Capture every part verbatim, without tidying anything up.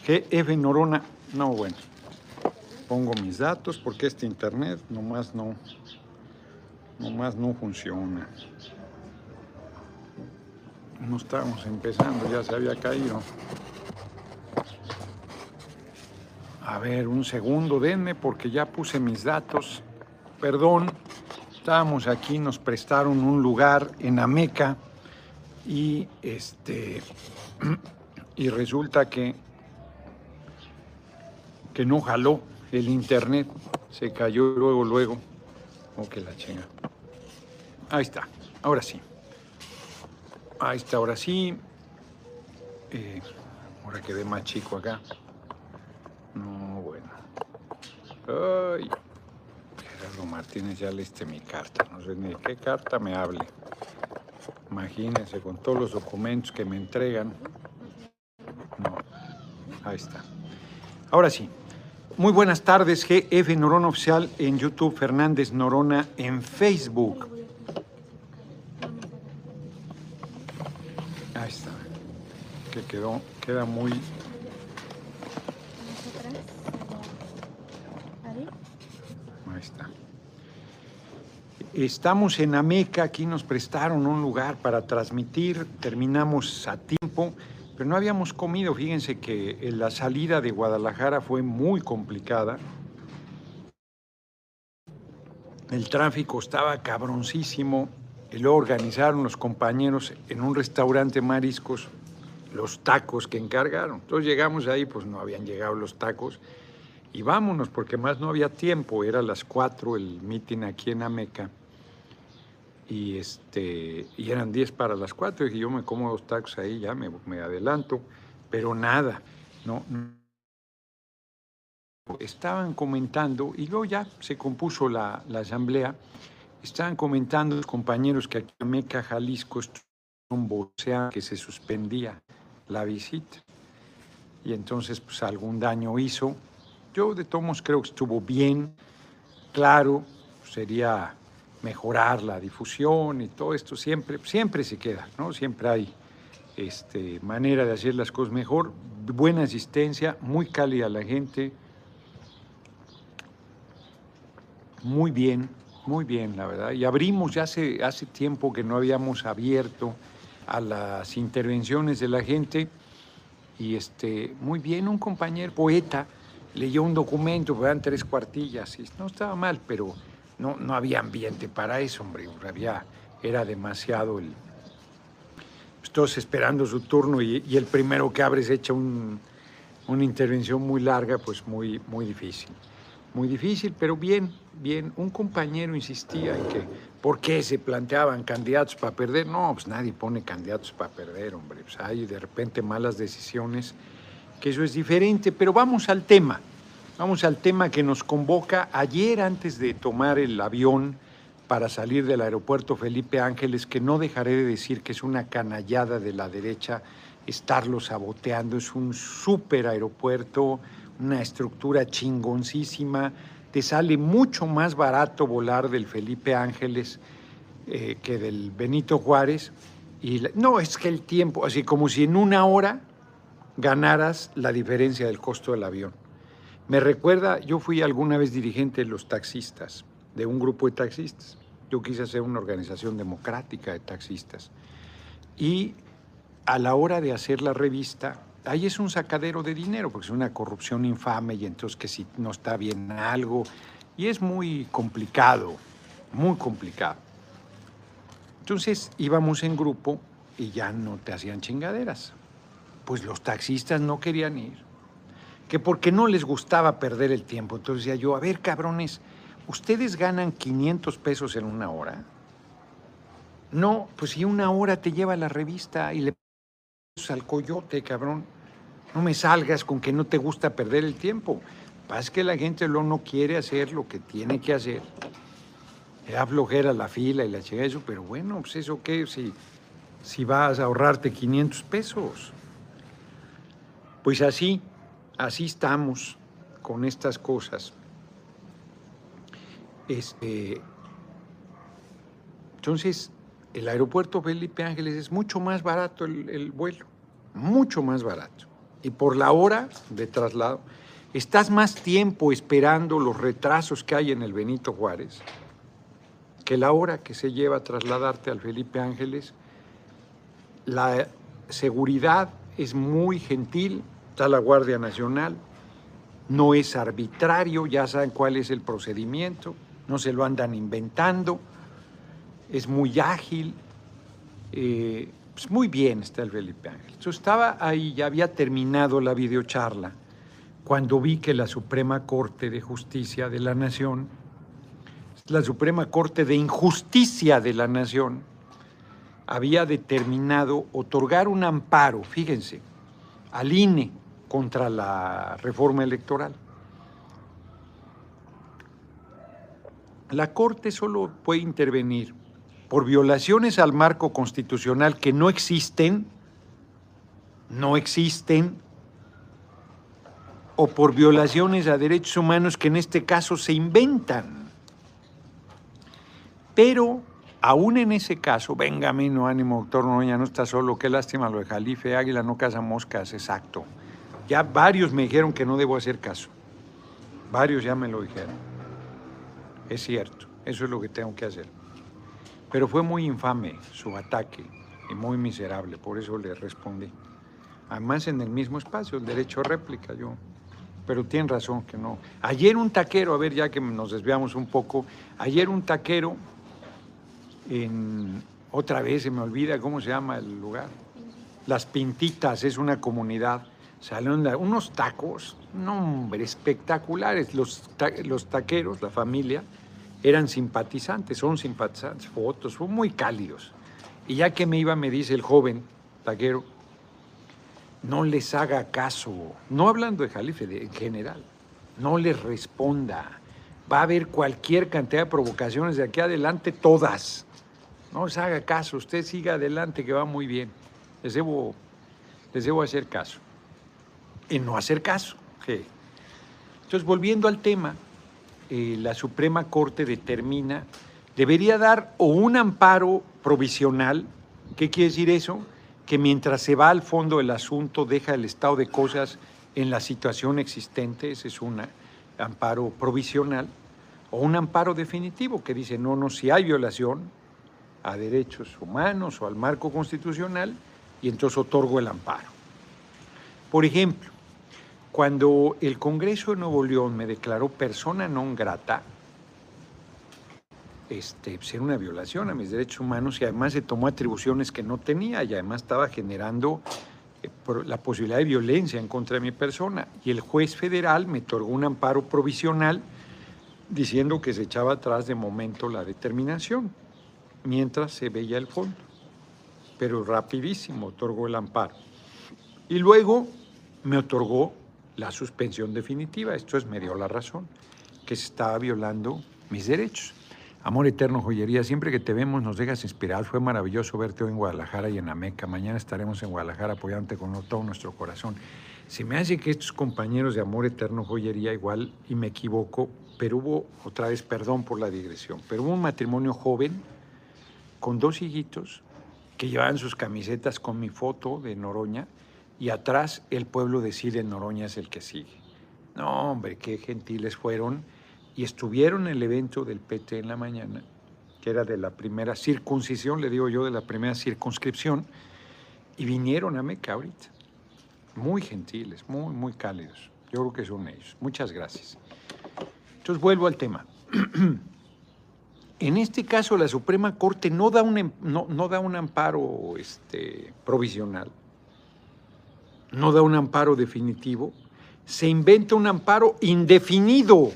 G F Norona, no, bueno, pongo mis datos porque este internet nomás no, nomás no funciona. No estábamos empezando, ya se había caído. A ver, un segundo, denme porque ya puse mis datos. Perdón, estábamos aquí, nos prestaron un lugar en Ameca y este y resulta que que no jaló el internet, se cayó luego, luego. Oh, que la chinga. Ahí está, ahora sí. Ahí está, ahora sí. Eh, ahora quedé más chico acá. No, bueno. Ay, Gerardo Martínez, ya leíste mi carta. No sé ni de qué carta me hable. Imagínense, con todos los documentos que me entregan. No, ahí está. Ahora sí. Muy buenas tardes, G F Norona Oficial en YouTube, Fernández Norona en Facebook. Ahí está. Que quedó, queda muy... Ahí está. Estamos en Ameca, aquí nos prestaron un lugar para transmitir, terminamos a tiempo, pero no habíamos comido. Fíjense que la salida de Guadalajara fue muy complicada. El tráfico estaba cabroncísimo, y lo organizaron los compañeros en un restaurante mariscos, los tacos que encargaron. Entonces llegamos ahí, pues no habían llegado los tacos, y vámonos, porque más no había tiempo, era a las cuatro el meeting aquí en Ameca, y, este, y eran diez para las cuatro, y dije, yo me como dos tacos ahí, ya me, me adelanto, pero nada, no, no. Estaban comentando, y luego ya se compuso la, la asamblea, estaban comentando los compañeros que aquí en Ameca, Jalisco, estuvieron voceando que se suspendía la visita, y entonces pues algún daño hizo. Yo de todos modos creo que estuvo bien, claro, sería mejorar la difusión y todo esto, siempre, siempre se queda, ¿no? Siempre hay este, manera de hacer las cosas mejor, buena asistencia, muy cálida la gente, muy bien, muy bien, la verdad. Y abrimos, ya hace, hace tiempo que no habíamos abierto a las intervenciones de la gente, y este, muy bien, un compañero poeta leyó un documento, eran tres cuartillas, y no estaba mal, pero no, no había ambiente para eso, hombre, había, era demasiado el... Todos esperando su turno y, y el primero que abre se echa un, una intervención muy larga, pues muy, muy difícil. Muy difícil, pero bien, bien. Un compañero insistía en que ¿por qué se planteaban candidatos para perder? No, pues nadie pone candidatos para perder, hombre. Pues hay de repente malas decisiones, que eso es diferente, pero vamos al tema. Vamos al tema que nos convoca. Ayer, antes de tomar el avión para salir del aeropuerto Felipe Ángeles, que no dejaré de decir que es una canallada de la derecha estarlo saboteando, es un súper aeropuerto, una estructura chingoncísima, te sale mucho más barato volar del Felipe Ángeles eh, que del Benito Juárez, y la, no, es que el tiempo, así como si en una hora ganaras la diferencia del costo del avión. Me recuerda, yo fui alguna vez dirigente de los taxistas, de un grupo de taxistas. Yo quise hacer una organización democrática de taxistas. Y a la hora de hacer la revista, ahí es un sacadero de dinero, porque es una corrupción infame, y entonces que si no está bien algo, y es muy complicado, muy complicado. Entonces íbamos en grupo y ya no te hacían chingaderas. Pues los taxistas no querían ir, que porque no les gustaba perder el tiempo. Entonces decía yo, a ver, cabrones, ¿ustedes ganan quinientos pesos en una hora? No, pues si una hora te lleva la revista y le pones al coyote, cabrón. No me salgas con que no te gusta perder el tiempo. Pasa que la gente luego no quiere hacer lo que tiene que hacer. Le da flojera la fila y la chica eso, pero bueno, pues eso qué, si, si vas a ahorrarte quinientos pesos. Pues así, así estamos con estas cosas. Este, entonces, el aeropuerto Felipe Ángeles es mucho más barato el, el vuelo, mucho más barato. y por la hora de traslado, estás más tiempo esperando los retrasos que hay en el Benito Juárez que la hora que se lleva a trasladarte al Felipe Ángeles. La seguridad es muy gentil, está la Guardia Nacional, no es arbitrario, ya saben cuál es el procedimiento, no se lo andan inventando, es muy ágil, eh, pues muy bien está el Felipe Ángeles. Yo estaba ahí, ya había terminado la videocharla, cuando vi que la Suprema Corte de Justicia de la Nación, la Suprema Corte de Injusticia de la Nación, había determinado otorgar un amparo, fíjense, al I N E contra la reforma electoral. La Corte solo puede intervenir por violaciones al marco constitucional que no existen, no existen, o por violaciones a derechos humanos que en este caso se inventan. Pero aún en ese caso, venga, no ánimo, doctor Noroña, no está solo, qué lástima lo de Jalife, águila no caza moscas, exacto. Ya varios me dijeron que no debo hacer caso, varios ya me lo dijeron. Es cierto, eso es lo que tengo que hacer. Pero fue muy infame su ataque y muy miserable, por eso le respondí. Además en el mismo espacio, el derecho a réplica, yo... Pero tienen razón que no. Ayer un taquero, a ver, ya que nos desviamos un poco, ayer un taquero... En, otra vez se me olvida cómo se llama el lugar. Las Pintitas, es una comunidad. Salieron unos tacos, no, hombre, espectaculares. Los, ta, los taqueros, la familia, eran simpatizantes, son simpatizantes, fotos, son muy cálidos. Y ya que me iba, me dice el joven taquero, no les haga caso, no hablando de Jalife, de, en general, no les responda. Va a haber cualquier cantidad de provocaciones de aquí adelante, todas. No les haga caso, usted siga adelante, que va muy bien. Les debo, les debo hacer caso. Y no hacer caso. Sí. Entonces, volviendo al tema, eh, la Suprema Corte determina, debería dar o un amparo provisional. ¿Qué quiere decir eso? Que mientras se va al fondo del asunto, deja el estado de cosas en la situación existente, ese es un amparo provisional, o un amparo definitivo que dice, no, no, si hay violación a derechos humanos o al marco constitucional, y entonces otorgo el amparo. Por ejemplo, cuando el Congreso de Nuevo León me declaró persona non grata, este, pues era una violación a mis derechos humanos y además se tomó atribuciones que no tenía y además estaba generando eh, la posibilidad de violencia en contra de mi persona. Y el juez federal me otorgó un amparo provisional diciendo que se echaba atrás de momento la determinación, mientras se veía el fondo. Pero rapidísimo otorgó el amparo. Y luego me otorgó la suspensión definitiva. Esto es, me dio la razón, que se estaba violando mis derechos. Amor eterno, joyería, siempre que te vemos nos dejas inspirar. Fue maravilloso verte hoy en Guadalajara y en Ameca. Mañana estaremos en Guadalajara apoyándote con todo nuestro corazón. Se me hace que estos compañeros de Amor eterno, joyería, igual, y me equivoco, pero hubo, otra vez, perdón por la digresión, pero hubo un matrimonio joven con dos hijitos que llevaban sus camisetas con mi foto de Noroña y atrás el pueblo decide Noroña es el que sigue. No, hombre, qué gentiles fueron. Y estuvieron en el evento del P T en la mañana, que era de la primera circuncisión, le digo yo, de la primera circunscripción, y vinieron a Meca ahorita. Muy gentiles, muy, muy cálidos. Yo creo que son ellos. Muchas gracias. Entonces, vuelvo al tema. En este caso, la Suprema Corte no da un, no, no da un amparo este, provisional, no da un amparo definitivo, se inventa un amparo indefinido.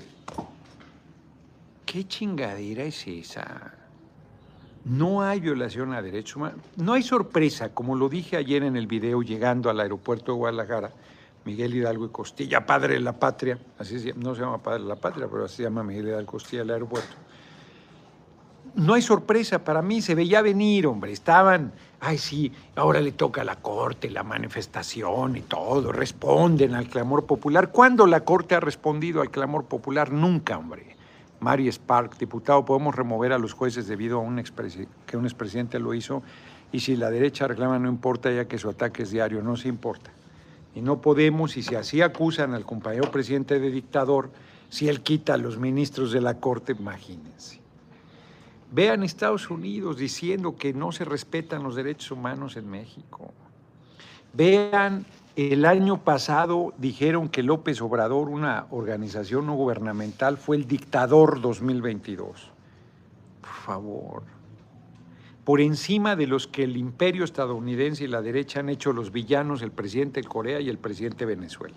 ¿Qué chingadera es esa? No hay violación a derechos humanos. No hay sorpresa, como lo dije ayer en el video llegando al aeropuerto de Guadalajara, Miguel Hidalgo y Costilla, padre de la patria, así se, no se llama padre de la patria, pero así se llama Miguel Hidalgo Costilla, el aeropuerto. No hay sorpresa, para mí se veía venir, hombre, estaban, ay sí, ahora le toca a la Corte, la manifestación y todo, responden al clamor popular. ¿Cuándo la Corte ha respondido al clamor popular? Nunca, hombre. Mari Spark, diputado, podemos remover a los jueces debido a un que un expresidente lo hizo, y si la derecha reclama no importa ya que su ataque es diario, no se importa. Y no podemos, y si así acusan al compañero presidente de dictador, si él quita a los ministros de la Corte, imagínense. Vean Estados Unidos diciendo que no se respetan los derechos humanos en México. Vean, el año pasado dijeron que López Obrador, una organización no gubernamental, fue el dictador dos mil veintidós. Por favor. Por encima de los que el imperio estadounidense y la derecha han hecho los villanos, el presidente de Corea y el presidente de Venezuela.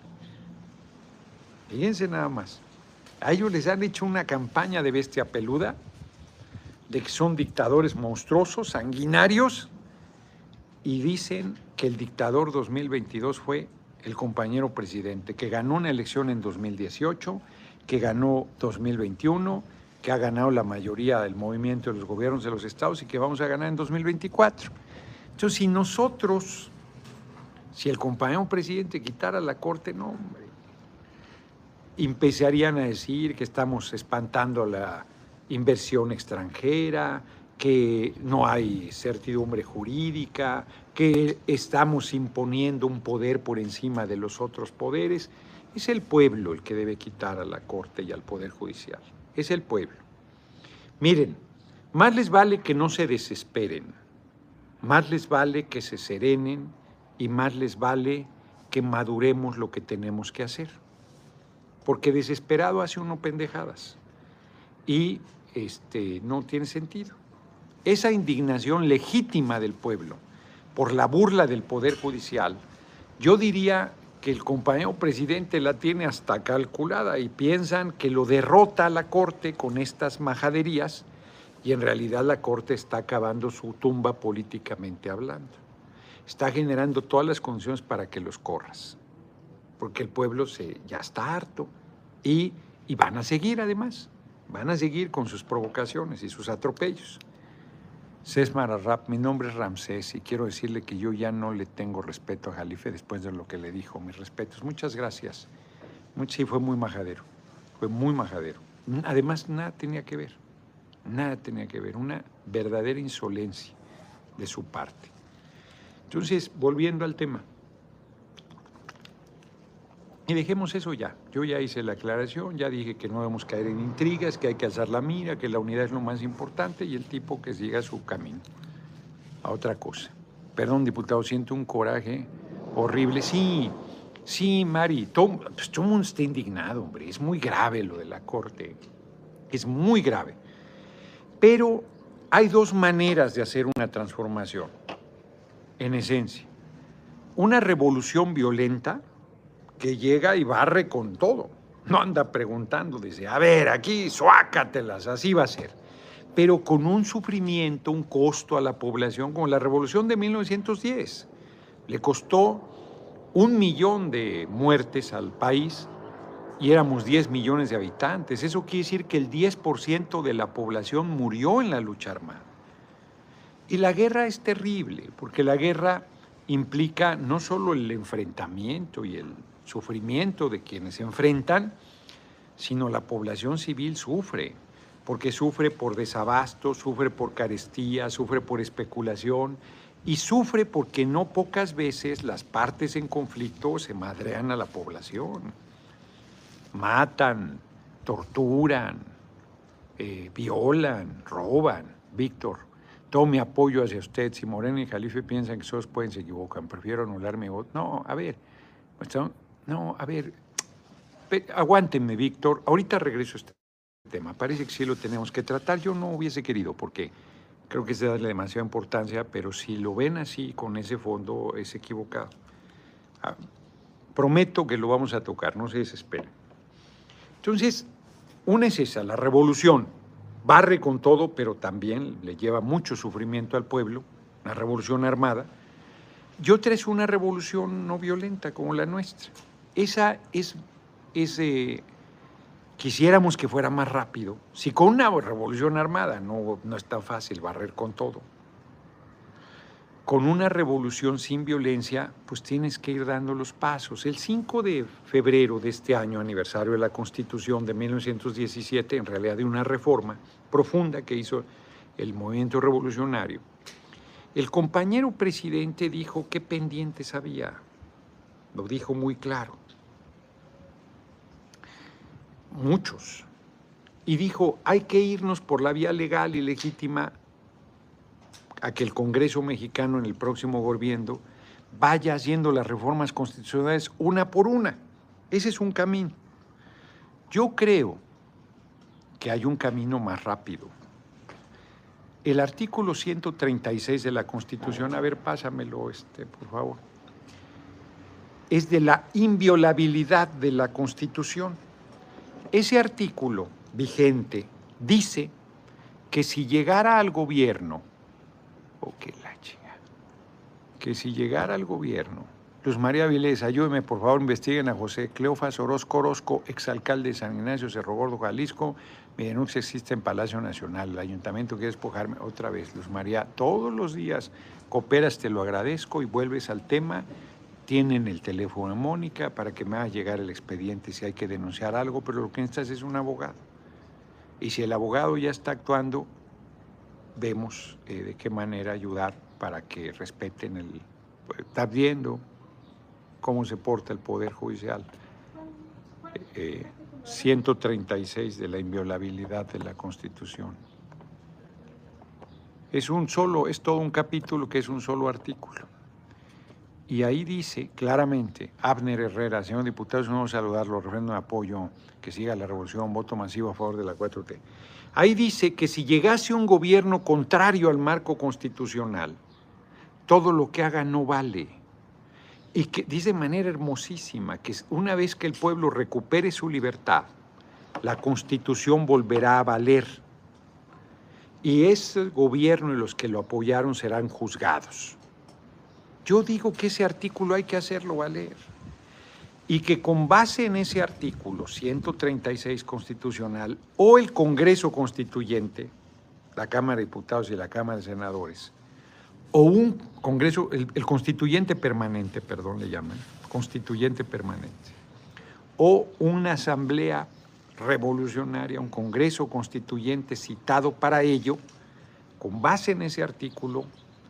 Fíjense nada más. A ellos les han hecho una campaña de bestia peluda, de que son dictadores monstruosos, sanguinarios, y dicen que el dictador dos mil veintidós fue el compañero presidente, que ganó una elección en dos mil dieciocho, que ganó dos mil veintiuno, que ha ganado la mayoría del movimiento de los gobiernos de los estados y que vamos a ganar en dos mil veinticuatro. Entonces, si nosotros, si el compañero presidente quitara la Corte, no, hombre, empezarían a decir que estamos espantando la inversión extranjera, que no hay certidumbre jurídica, que estamos imponiendo un poder por encima de los otros poderes. Es el pueblo el que debe quitar a la Corte y al Poder Judicial. Es el pueblo. Miren, más les vale que no se desesperen, más les vale que se serenen y más les vale que maduremos lo que tenemos que hacer. Porque desesperado hace uno pendejadas y este, no tiene sentido. Esa indignación legítima del pueblo por la burla del Poder Judicial, yo diría que el compañero presidente la tiene hasta calculada y piensan que lo derrota a la Corte con estas majaderías y en realidad la Corte está acabando su tumba políticamente hablando. Está generando todas las condiciones para que los corras, porque el pueblo se, ya está harto y, y van a seguir además, van a seguir con sus provocaciones y sus atropellos. Sesmar Arrap, mi nombre es Ramsés y quiero decirle que yo ya no le tengo respeto a Jalife después de lo que le dijo. Mis respetos. Muchas gracias. Sí, fue muy majadero. Fue muy majadero. Además, nada tenía que ver. Nada tenía que ver. Una verdadera insolencia de su parte. Entonces, volviendo al tema. Y dejemos eso ya. Yo ya hice la aclaración, ya dije que no debemos caer en intrigas, que hay que alzar la mira, que la unidad es lo más importante y el tipo que siga su camino a otra cosa. Perdón, diputado, siento un coraje horrible. Sí, sí, Mari, todo, pues, todo el mundo está indignado, hombre. Es muy grave lo de la Corte. Es muy grave. Pero hay dos maneras de hacer una transformación, en esencia. Una revolución violenta, que llega y barre con todo. No anda preguntando, dice, a ver, aquí, suácatelas, así va a ser. Pero con un sufrimiento, un costo a la población, como la Revolución de mil novecientos diez. Le costó un millón de muertes al país y éramos diez millones de habitantes. Eso quiere decir que el diez por ciento de la población murió en la lucha armada. Y la guerra es terrible, porque la guerra implica no solo el enfrentamiento y el sufrimiento de quienes se enfrentan, sino la población civil sufre, porque sufre por desabasto, sufre por carestía, sufre por especulación y sufre porque no pocas veces las partes en conflicto se madrean a la población, matan, torturan, eh, violan, roban. Víctor, todo mi apoyo hacia usted. Si Moreno y Jalife piensan que esos pueden, se equivocan. Prefiero anular mi voto. No, a ver, no, a ver, aguántenme, Víctor. Ahorita regreso a este tema. Parece que sí lo tenemos que tratar. Yo no hubiese querido, porque creo que es de darle demasiada importancia, pero si lo ven así, con ese fondo, es equivocado. Ah, prometo que lo vamos a tocar, no se desesperen. Entonces, una es esa, la revolución. Barre con todo, pero también le lleva mucho sufrimiento al pueblo, una revolución armada. Y otra es una revolución no violenta como la nuestra. Esa es, es eh, quisiéramos que fuera más rápido. Si con una revolución armada no, no es tan fácil barrer con todo. Con una revolución sin violencia, pues tienes que ir dando los pasos. El cinco de febrero de este año, aniversario de la Constitución de mil novecientos diecisiete, en realidad de una reforma profunda que hizo el movimiento revolucionario, el compañero presidente dijo qué pendientes había. lo dijo muy claro. Muchos. Y dijo, hay que irnos por la vía legal y legítima a que el Congreso mexicano en el próximo gobierno vaya haciendo las reformas constitucionales una por una. Ese es un camino. Yo creo que hay un camino más rápido. El artículo ciento treinta y seis de la Constitución, a ver, pásamelo, este, por favor, es de la inviolabilidad de la Constitución. Ese artículo vigente dice que si llegara al gobierno, o que la chica, que si llegara al gobierno, Luz María Vilés, ayúdeme, por favor, investiguen a José Cleofas Orozco Orozco, exalcalde de San Ignacio, Cerro Gordo, Jalisco. Mi denuncia existe en Palacio Nacional. El ayuntamiento quiere despojarme otra vez. Luz María, todos los días cooperas, te lo agradezco, y vuelves al tema. Tienen el teléfono de Mónica para que me haga llegar el expediente si hay que denunciar algo, pero lo que necesitas es un abogado. Y si el abogado ya está actuando, vemos eh, de qué manera ayudar para que respeten el... Pues, estás viendo cómo se porta el Poder Judicial. Eh, ciento treinta y seis de la inviolabilidad de la Constitución. Es un solo, es todo un capítulo que es un solo artículo. Y ahí dice claramente, Abner Herrera, señor diputado, es un honor saludarlo, referendo de apoyo, que siga la revolución, voto masivo a favor de la cuatro T. Ahí dice que si llegase un gobierno contrario al marco constitucional, todo lo que haga no vale. Y que dice de manera hermosísima que una vez que el pueblo recupere su libertad, la Constitución volverá a valer. Y ese gobierno y los que lo apoyaron serán juzgados. Yo digo que ese artículo hay que hacerlo valer. Y que con base en ese artículo ciento treinta y seis constitucional o el Congreso Constituyente, la Cámara de Diputados y la Cámara de Senadores, o un Congreso, el, el Constituyente Permanente, perdón, le llaman, Constituyente Permanente, o una Asamblea Revolucionaria, un Congreso Constituyente citado para ello, con base en ese artículo,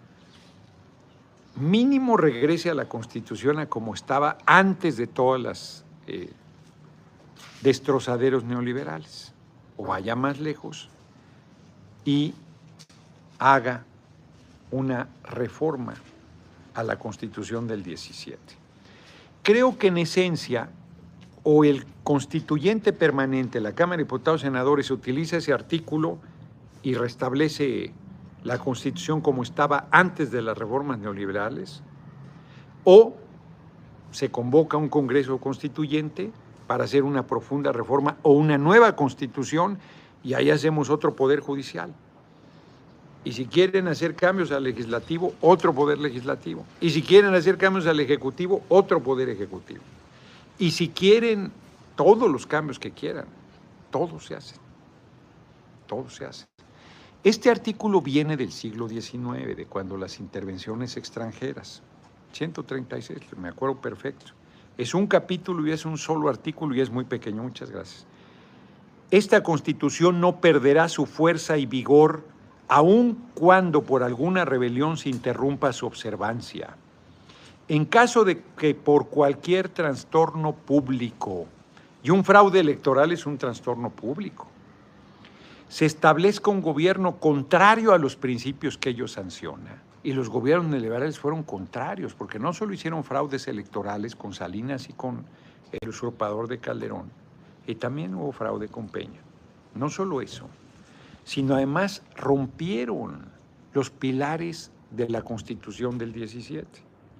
mínimo regrese a la Constitución a como estaba antes de todas las eh, destrozaderos neoliberales, o vaya más lejos y haga una reforma a la Constitución del diecisiete. Creo que en esencia, o el Constituyente Permanente, la Cámara de Diputados y Senadores, utiliza ese artículo y restablece la Constitución como estaba antes de las reformas neoliberales, o se convoca un Congreso Constituyente para hacer una profunda reforma o una nueva Constitución, y ahí hacemos otro Poder Judicial. Y si quieren hacer cambios al Legislativo, otro Poder Legislativo. Y si quieren hacer cambios al Ejecutivo, otro Poder Ejecutivo. Y si quieren todos los cambios que quieran, todo se hace. Todo se hace. Este artículo viene del siglo diecinueve, de cuando las intervenciones extranjeras, ciento treinta y seis, me acuerdo perfecto. Es un capítulo y es un solo artículo y es muy pequeño, muchas gracias. Esta Constitución no perderá su fuerza y vigor aun cuando por alguna rebelión se interrumpa su observancia. En caso de que por cualquier trastorno público, y un fraude electoral es un trastorno público, se establezca un gobierno contrario a los principios que ellos sanciona. Y los gobiernos neoliberales fueron contrarios, porque no solo hicieron fraudes electorales con Salinas y con el usurpador de Calderón, y también hubo fraude con Peña. No solo eso, sino además rompieron los pilares de la Constitución del diecisiete.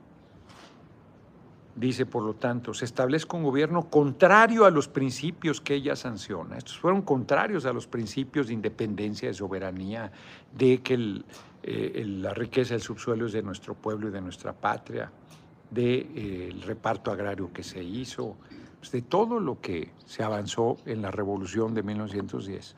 Dice, por lo tanto, se establezca un gobierno contrario a los principios que ella sanciona. Estos fueron contrarios a los principios de independencia, de soberanía, de que el, eh, el, la riqueza del subsuelo es de nuestro pueblo y de nuestra patria, del de, eh, reparto agrario que se hizo, pues de todo lo que se avanzó en la Revolución de mil novecientos diez.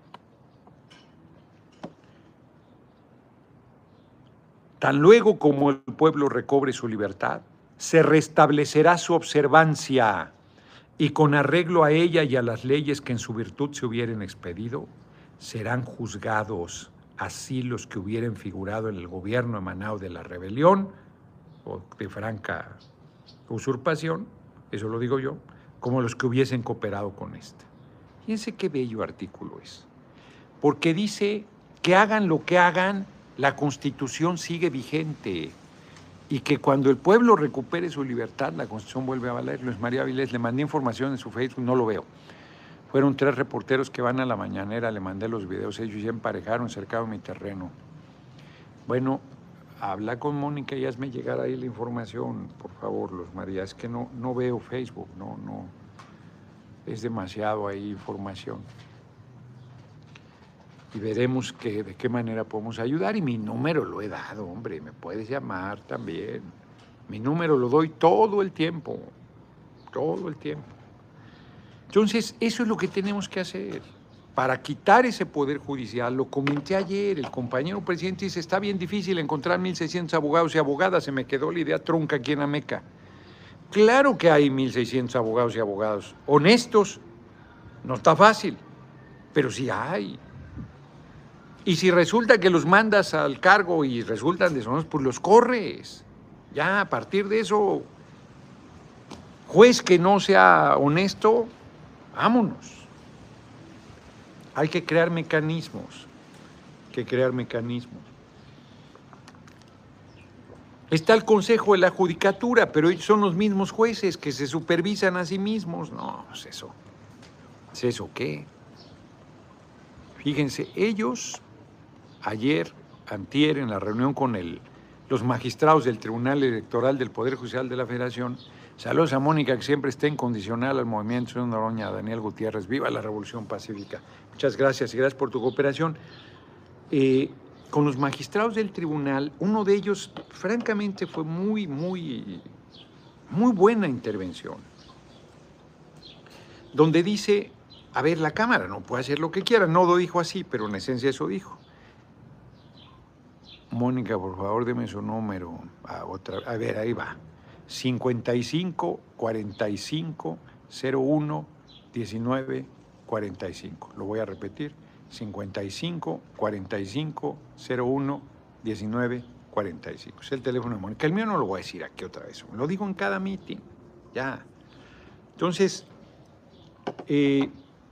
Tan luego como el pueblo recobre su libertad, se restablecerá su observancia y con arreglo a ella y a las leyes que en su virtud se hubieren expedido, serán juzgados así los que hubieren figurado en el gobierno emanado de la rebelión o de franca usurpación, eso lo digo yo, como los que hubiesen cooperado con esta. Fíjense qué bello artículo es, porque dice que hagan lo que hagan, la Constitución sigue vigente y que cuando el pueblo recupere su libertad, la Constitución vuelve a valer. Luis María Vilés, le mandé información en su Facebook, no lo veo. Fueron tres reporteros que van a la mañanera, le mandé los videos, ellos ya emparejaron, cercaron mi terreno. Bueno, habla con Mónica y hazme llegar ahí la información, por favor, Luz María. Es que no, no veo Facebook, no, no, es demasiado ahí información. Y veremos que, de qué manera podemos ayudar. Y mi número lo he dado, hombre, me puedes llamar también. Mi número lo doy todo el tiempo, todo el tiempo. Entonces, eso es lo que tenemos que hacer. Para quitar ese poder judicial, lo comenté ayer, el compañero presidente dice, está bien difícil encontrar mil seiscientos abogados y abogadas, se me quedó la idea trunca aquí en Ameca. Claro que hay mil seiscientos abogados y abogadas, honestos, no está fácil, pero sí hay. Y si resulta que los mandas al cargo y resultan deshonestos, pues los corres. Ya, a partir de eso, juez que no sea honesto, vámonos. Hay que crear mecanismos, hay que crear mecanismos. Está el Consejo de la Judicatura, pero ellos son los mismos jueces que se supervisan a sí mismos. No, es eso. ¿Es eso qué? Fíjense, ellos, ayer, antier, en la reunión con el, los magistrados del Tribunal Electoral del Poder Judicial de la Federación, saludos a Mónica, que siempre está incondicional al movimiento, señor Noroña, Daniel Gutiérrez, viva la Revolución Pacífica. Muchas gracias y gracias por tu cooperación. Eh, con los magistrados del tribunal, uno de ellos, francamente, fue muy, muy, muy buena intervención, donde dice, a ver, la Cámara no puede hacer lo que quiera, no lo dijo así, pero en esencia eso dijo. Mónica, por favor, deme su número. A, otra, a ver, ahí va. cincuenta y cinco, cuarenta y cinco, cero uno, diecinueve, cuarenta y cinco. Lo voy a repetir. cincuenta y cinco, cuarenta y cinco, cero uno, diecinueve, cuarenta y cinco. Es el teléfono de Mónica. El mío no lo voy a decir aquí otra vez. Lo digo en cada meeting. Ya. Entonces, eh,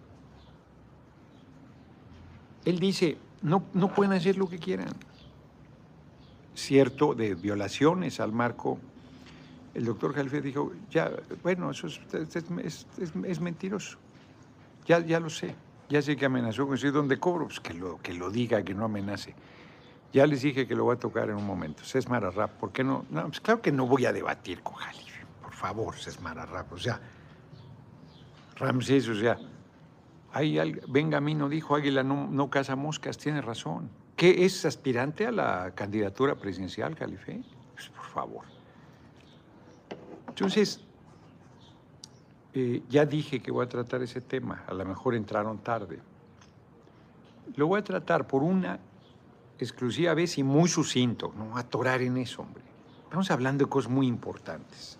él dice, no, no pueden hacer lo que quieran. Cierto, de violaciones al marco. El doctor Jalfé dijo, ya, bueno, eso es, es, es, es, es mentiroso. Ya, ya lo sé. Ya sé que amenazó con decir dónde cobro, pues que lo, que lo diga, que no amenace. Ya les dije que lo voy a tocar en un momento. Sesmar Arrap, ¿por qué no? No, pues claro que no voy a debatir con Jalfé. Por favor, Sesmar Arrap. O sea, Ramsés, o sea, hay algo, Benjamín dijo, Águila no, no caza moscas, tiene razón. ¿Qué es aspirante a la candidatura presidencial, Jalfé? Pues por favor. Entonces, eh, ya dije que voy a tratar ese tema, a lo mejor entraron tarde. Lo voy a tratar por una exclusiva vez y muy sucinto, no atorar en eso, hombre. Estamos hablando de cosas muy importantes.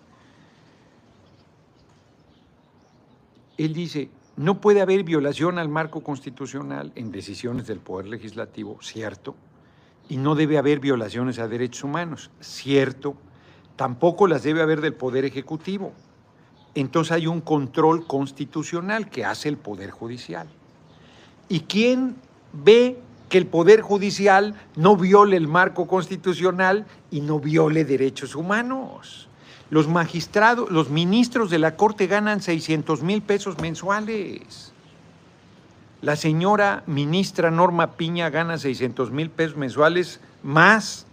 Él dice, no puede haber violación al marco constitucional en decisiones del Poder Legislativo, cierto, y no debe haber violaciones a derechos humanos, cierto, tampoco las debe haber del Poder Ejecutivo. Entonces hay un control constitucional que hace el Poder Judicial. ¿Y quién ve que el Poder Judicial no viole el marco constitucional y no viole derechos humanos? Los magistrados, los ministros de la Corte ganan seiscientos mil pesos mensuales. La señora ministra Norma Piña gana seiscientos mil pesos mensuales más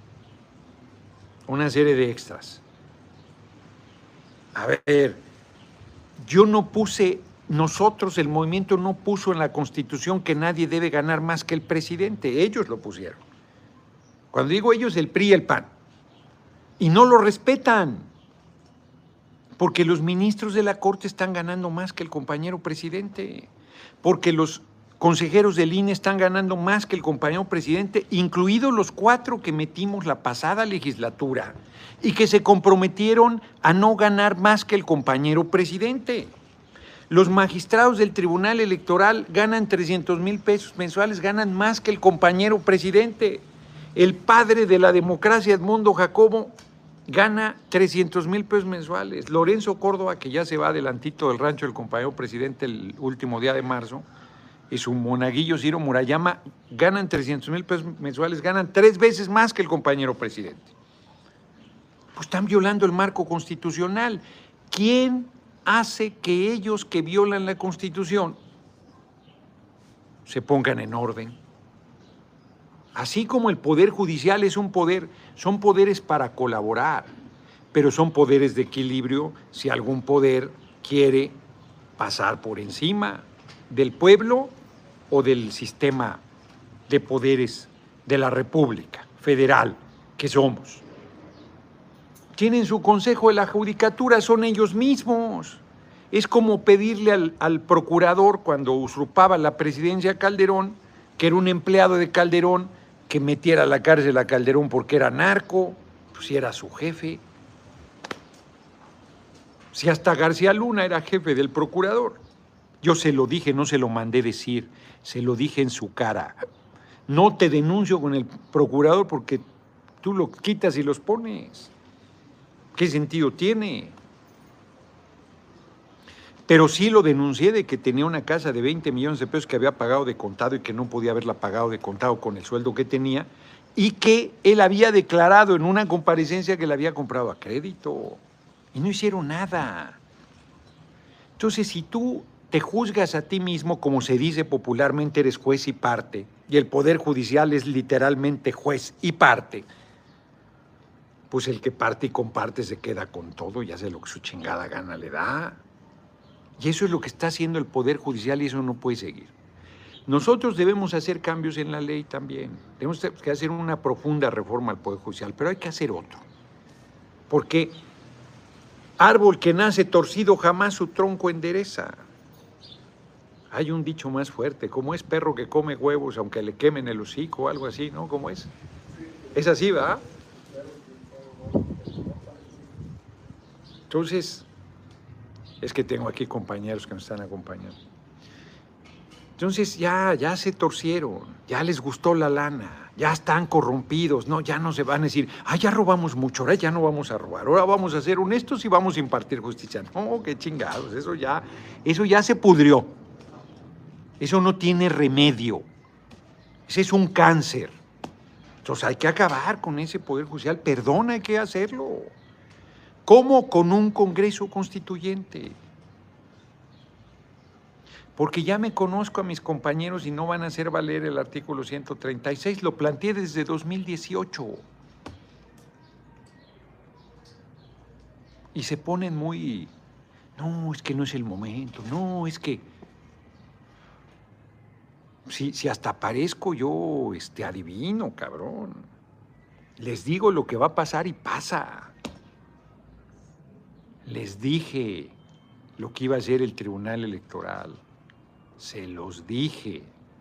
una serie de extras. A ver, yo no puse, nosotros, el movimiento no puso en la Constitución que nadie debe ganar más que el presidente. Ellos lo pusieron. Cuando digo ellos, el P R I y el P A N. Y no lo respetan. Porque los ministros de la Corte están ganando más que el compañero presidente. Porque los consejeros del I N E están ganando más que el compañero presidente, incluidos los cuatro que metimos la pasada legislatura y que se comprometieron a no ganar más que el compañero presidente. Los magistrados del Tribunal Electoral ganan trescientos mil pesos mensuales, ganan más que el compañero presidente. El padre de la democracia, Edmundo Jacobo, gana trescientos mil pesos mensuales. Lorenzo Córdoba, que ya se va adelantito del rancho del compañero presidente el último día de marzo, y su monaguillo Ciro Murayama ganan trescientos mil pesos mensuales, ganan tres veces más que el compañero presidente. Pues están violando el marco constitucional. ¿Quién hace que ellos que violan la Constitución se pongan en orden? Así como el Poder Judicial es un poder, son poderes para colaborar, pero son poderes de equilibrio si algún poder quiere pasar por encima del pueblo o del sistema de poderes de la República Federal que somos. Tienen su consejo de la judicatura, son ellos mismos. Es como pedirle al, al procurador, cuando usurpaba la presidencia Calderón, que era un empleado de Calderón, que metiera a la cárcel a Calderón porque era narco, pues si era su jefe. Si hasta García Luna era jefe del procurador. Yo se lo dije, no se lo mandé decir, se lo dije en su cara. No te denuncio con el procurador porque tú lo quitas y los pones. ¿Qué sentido tiene? Pero sí lo denuncié de que tenía una casa de veinte millones de pesos que había pagado de contado y que no podía haberla pagado de contado con el sueldo que tenía, y que él había declarado en una comparecencia que la había comprado a crédito. Y no hicieron nada. Entonces, si tú te juzgas a ti mismo, como se dice popularmente, eres juez y parte, y el Poder Judicial es literalmente juez y parte, pues el que parte y comparte se queda con todo y hace lo que su chingada gana le da. Y eso es lo que está haciendo el Poder Judicial y eso no puede seguir. Nosotros debemos hacer cambios en la ley también. Tenemos que hacer una profunda reforma al Poder Judicial, pero hay que hacer otro. Porque árbol que nace torcido jamás su tronco endereza. Hay un dicho más fuerte, como es perro que come huevos aunque le quemen el hocico o algo así, ¿no? ¿Cómo es? Es así, ¿verdad? Entonces, es que tengo aquí compañeros que me están acompañando. Entonces ya, ya se torcieron, ya les gustó la lana, ya están corrompidos, no, ya no se van a decir, ah, ya robamos mucho, ahora ya no vamos a robar, ahora vamos a ser honestos y vamos a impartir justicia. No, qué chingados, eso ya, eso ya se pudrió. Eso no tiene remedio. Ese es un cáncer. Entonces hay que acabar con ese Poder Judicial, perdón, hay que hacerlo. ¿Cómo? Con un Congreso Constituyente. Porque ya me conozco a mis compañeros y no van a hacer valer el artículo ciento treinta y seis, lo planteé desde dos mil dieciocho. Y se ponen muy, no, es que no es el momento, no, es que, si, si hasta parezco yo este, adivino, cabrón. Les digo lo que va a pasar y pasa. Les dije lo que iba a hacer el Tribunal Electoral. Se los dije.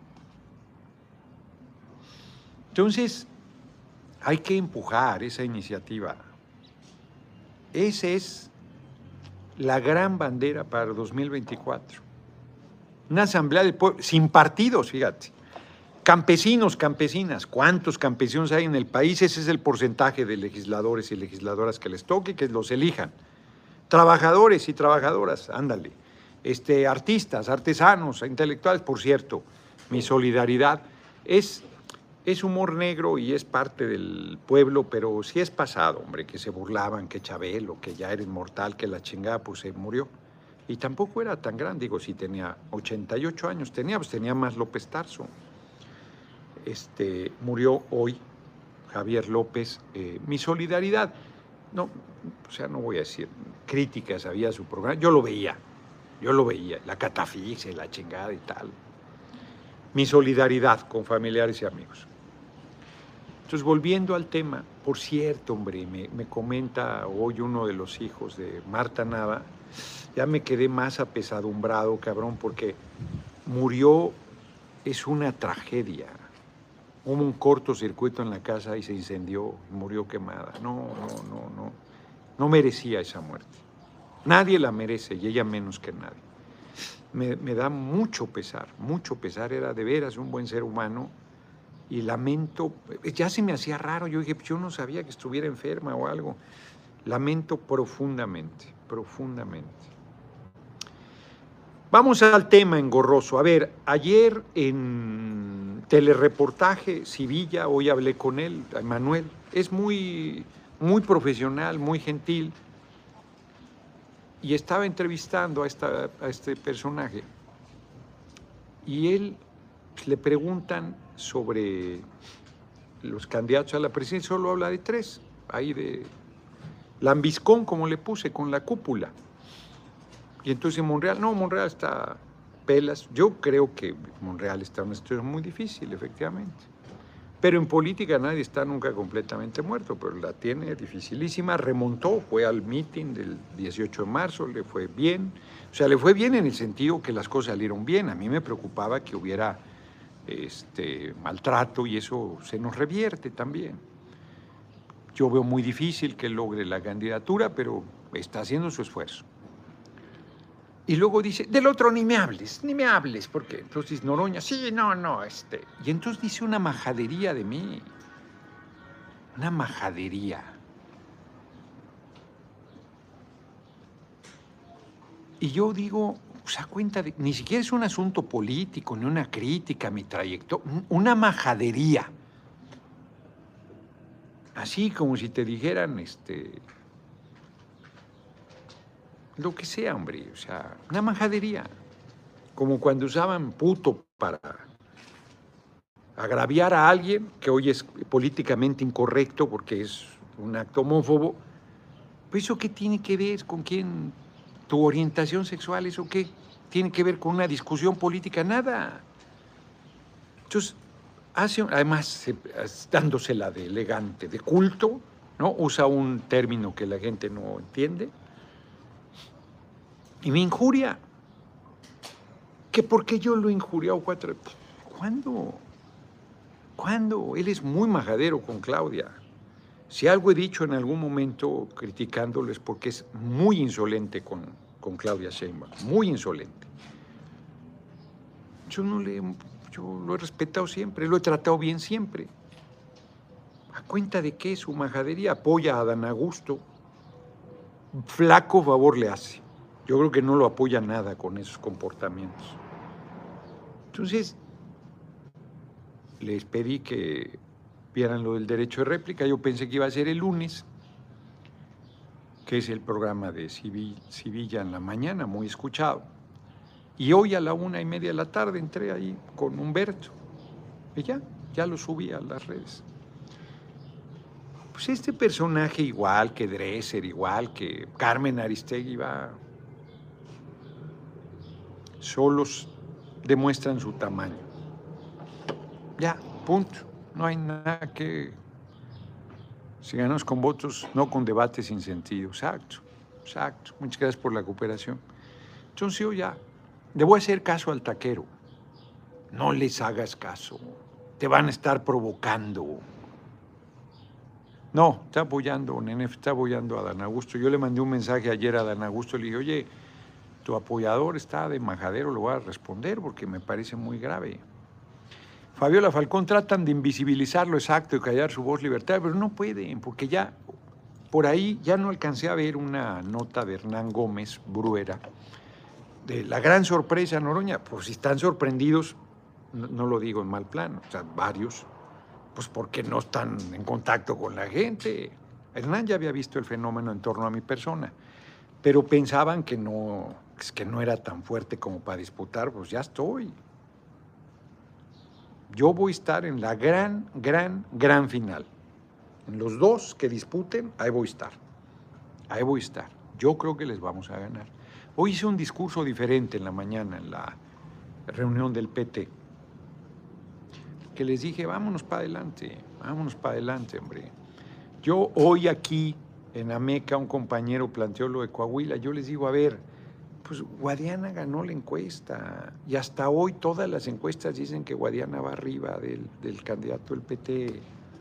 Entonces, hay que empujar esa iniciativa. Esa es la gran bandera para dos mil veinticuatro. Una asamblea del pueblo, sin partidos, fíjate. Campesinos, campesinas, ¿cuántos campesinos hay en el país? Ese es el porcentaje de legisladores y legisladoras que les toque, que los elijan. Trabajadores y trabajadoras, ándale. Este, artistas, artesanos, intelectuales, por cierto, mi solidaridad. Es, es humor negro y es parte del pueblo, pero sí es pasado, hombre, que se burlaban, que Chabelo, que ya era inmortal, que la chingada, pues se murió. Y tampoco era tan grande, digo, si tenía ochenta y ocho años, tenía, pues tenía más López Tarso. Este, murió hoy Javier López, eh, mi solidaridad. No, o sea, no voy a decir críticas, había su programa, yo lo veía, yo lo veía, la catafixia, la chingada y tal. Mi solidaridad con familiares y amigos. Entonces, volviendo al tema, por cierto, hombre, me, me comenta hoy uno de los hijos de Marta Nava, ya me quedé más apesadumbrado, cabrón, porque murió, es una tragedia. Hubo un cortocircuito en la casa y se incendió, murió quemada. No, no, no, no. No merecía esa muerte. Nadie la merece y ella menos que nadie. Me, me da mucho pesar, mucho pesar. Era de veras un buen ser humano y lamento. Ya se me hacía raro. Yo dije, yo no sabía que estuviera enferma o algo. Lamento profundamente, profundamente. Vamos al tema engorroso. A ver, ayer en telereportaje, Sevilla, hoy hablé con él, Manuel, es muy, muy profesional, muy gentil, y estaba entrevistando a, esta, a este personaje, y él le preguntan sobre los candidatos a la presidencia, solo habla de tres, ahí de lambiscón, como le puse, con la cúpula. Y entonces Monreal, no, Monreal está pelas. Yo creo que Monreal está en una situación muy difícil, efectivamente. Pero en política nadie está nunca completamente muerto, pero la tiene dificilísima. Remontó, fue al meeting del dieciocho de marzo, le fue bien. O sea, le fue bien en el sentido que las cosas salieron bien. A mí me preocupaba que hubiera este, maltrato y eso se nos revierte también. Yo veo muy difícil que logre la candidatura, pero está haciendo su esfuerzo. Y luego dice, del otro ni me hables, ni me hables, porque entonces Noroña, sí, no, no, este. Y entonces dice una majadería de mí, una majadería. Y yo digo, o sea, cuenta de, ni siquiera es un asunto político, ni una crítica a mi trayectoria, una majadería. Así como si te dijeran, este... lo que sea, hombre, o sea, una majadería. Como cuando usaban puto para agraviar a alguien, que hoy es políticamente incorrecto porque es un acto homófobo. Pues ¿eso qué tiene que ver con quién, tu orientación sexual, eso qué tiene que ver con una discusión política? Nada. Entonces, hace, además, dándosela de elegante, de culto, ¿no? Usa un término que la gente no entiende. Y me injuria. ¿Que por qué yo lo he injuriado cuatro? ¿Cuándo? ¿Cuándo? Él es muy majadero con Claudia. Si algo he dicho en algún momento criticándolo es porque es muy insolente con, con Claudia Sheinbaum. Muy insolente. Yo no le... Yo lo he respetado siempre, lo he tratado bien siempre. ¿A cuenta de qué? Su majadería apoya a Adán Augusto. Flaco favor le hace. Yo creo que no lo apoya nada con esos comportamientos. Entonces, les pedí que vieran lo del derecho de réplica. Yo pensé que iba a ser el lunes, que es el programa de Sevilla en la mañana, muy escuchado. Y hoy a la una y media de la tarde entré ahí con Humberto. Y ya, ya lo subí a las redes. Pues este personaje, igual que Dresser, igual que Carmen Aristegui, va... solos demuestran su tamaño. Ya, punto. No hay nada que... Si ganamos con votos, no con debates sin sentido. Exacto, exacto. Muchas gracias por la cooperación. Entonces yo ya, le voy a hacer caso al taquero. No les hagas caso. Te van a estar provocando. No, está apoyando, Nenef está apoyando a Adán Augusto. Yo le mandé un mensaje ayer a Adán Augusto, le dije, oye, tu apoyador está de majadero, lo voy a responder porque me parece muy grave. Fabiola Falcón, tratan de invisibilizarlo, exacto, y callar su voz libertaria, pero no pueden, porque ya, por ahí, ya no alcancé a ver una nota de Hernán Gómez Bruera, de la gran sorpresa, Noroña. Pues si están sorprendidos, no, no lo digo en mal plan, o sea, varios, pues porque no están en contacto con la gente. Hernán ya había visto el fenómeno en torno a mi persona, pero pensaban que no, que no era tan fuerte como para disputar. Pues ya estoy. Yo voy a estar en la gran, gran, gran final. En los dos que disputen, ahí voy a estar. Ahí voy a estar. Yo creo que les vamos a ganar. Hoy hice un discurso diferente en la mañana, en la reunión del P T, que les dije, vámonos para adelante, vámonos para adelante, hombre. Yo hoy aquí, en Ameca, un compañero planteó lo de Coahuila. Yo les digo, a ver, pues Guadiana ganó la encuesta y hasta hoy todas las encuestas dicen que Guadiana va arriba del, del candidato del P T.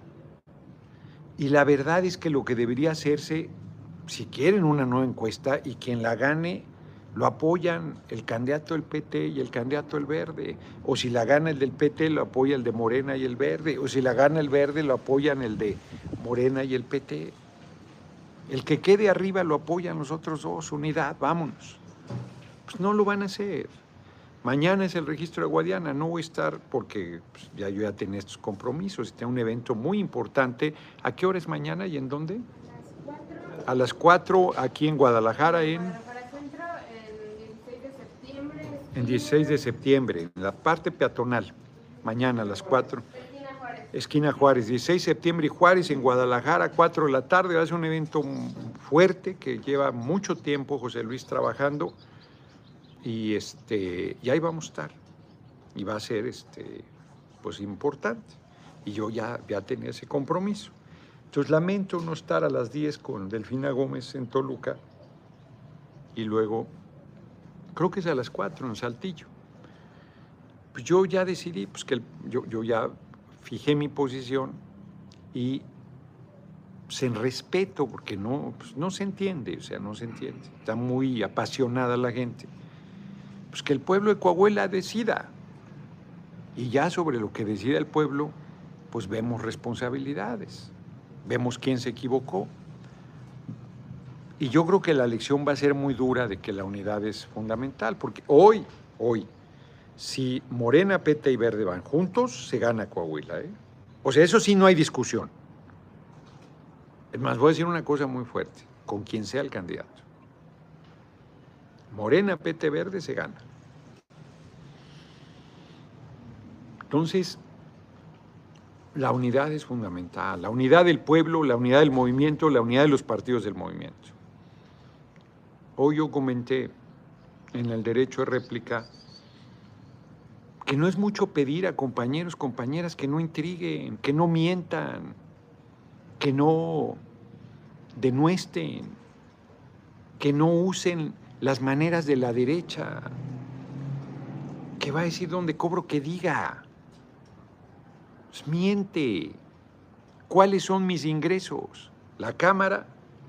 Y la verdad es que lo que debería hacerse, si quieren una nueva encuesta y quien la gane, lo apoyan el candidato del P T y el candidato del Verde. O si la gana el del P T, lo apoya el de Morena y el Verde. O si la gana el Verde, lo apoyan el de Morena y el P T. El que quede arriba lo apoyan los otros dos, unidad, vámonos. Pues no lo van a hacer. Mañana es el registro de Guadiana, no voy a estar porque pues, ya yo ya tenía estos compromisos, está un evento muy importante. ¿A qué hora es mañana y en dónde? A las cuatro aquí en Guadalajara, en... Guadalajara Centro, en dieciséis de septiembre. En dieciséis de septiembre, en la parte peatonal, mañana a las cuatro. Esquina Juárez. Esquina Juárez, dieciséis de septiembre y Juárez en Guadalajara, cuatro de la tarde. Va a ser un evento fuerte que lleva mucho tiempo José Luis trabajando y, este, y ahí vamos a estar. Y va a ser este, pues, importante. Y yo ya, ya tenía ese compromiso. Entonces lamento no estar a las diez con Delfina Gómez en Toluca y luego, creo que es a las cuatro en Saltillo. Pues yo ya decidí, pues que el, yo, yo ya fijé mi posición y pues, en respeto, porque no, pues, no se entiende, o sea, no se entiende. Está muy apasionada la gente. Pues que el pueblo de Coahuila decida. Y ya sobre lo que decida el pueblo, pues vemos responsabilidades, vemos quién se equivocó. Y yo creo que la elección va a ser muy dura de que la unidad es fundamental, porque hoy, hoy, si Morena, P T y Verde van juntos, se gana Coahuila, ¿eh? O sea, eso sí no hay discusión. Es más, voy a decir una cosa muy fuerte, con quien sea el candidato. Morena, P T, Verde se gana. Entonces, la unidad es fundamental, la unidad del pueblo, la unidad del movimiento, la unidad de los partidos del movimiento. Hoy yo comenté en el derecho de réplica que no es mucho pedir a compañeros, compañeras que no intriguen, que no mientan, que no denuesten, que no usen las maneras de la derecha, que va a decir donde cobro que diga. Pues miente. ¿Cuáles son mis ingresos? La Cámara,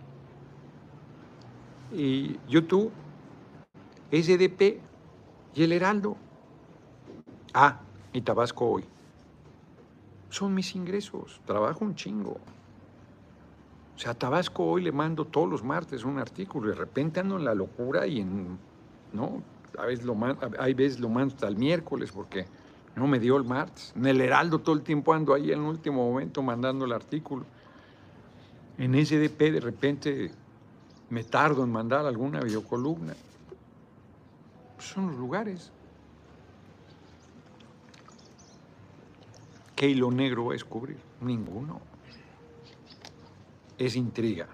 y YouTube, S D P y el Heraldo. Ah, y Tabasco Hoy. Son mis ingresos, trabajo un chingo. O sea, a Tabasco Hoy le mando todos los martes un artículo, de repente ando en la locura y en, ¿no? A veces lo mando, hay veces lo mando hasta el miércoles porque no me dio el martes. En el Heraldo todo el tiempo ando ahí en el último momento mandando el artículo. En S D P de repente me tardo en mandar alguna videocolumna. Pues son los lugares. ¿Qué hilo negro va a descubrir? Ninguno. Es intriga.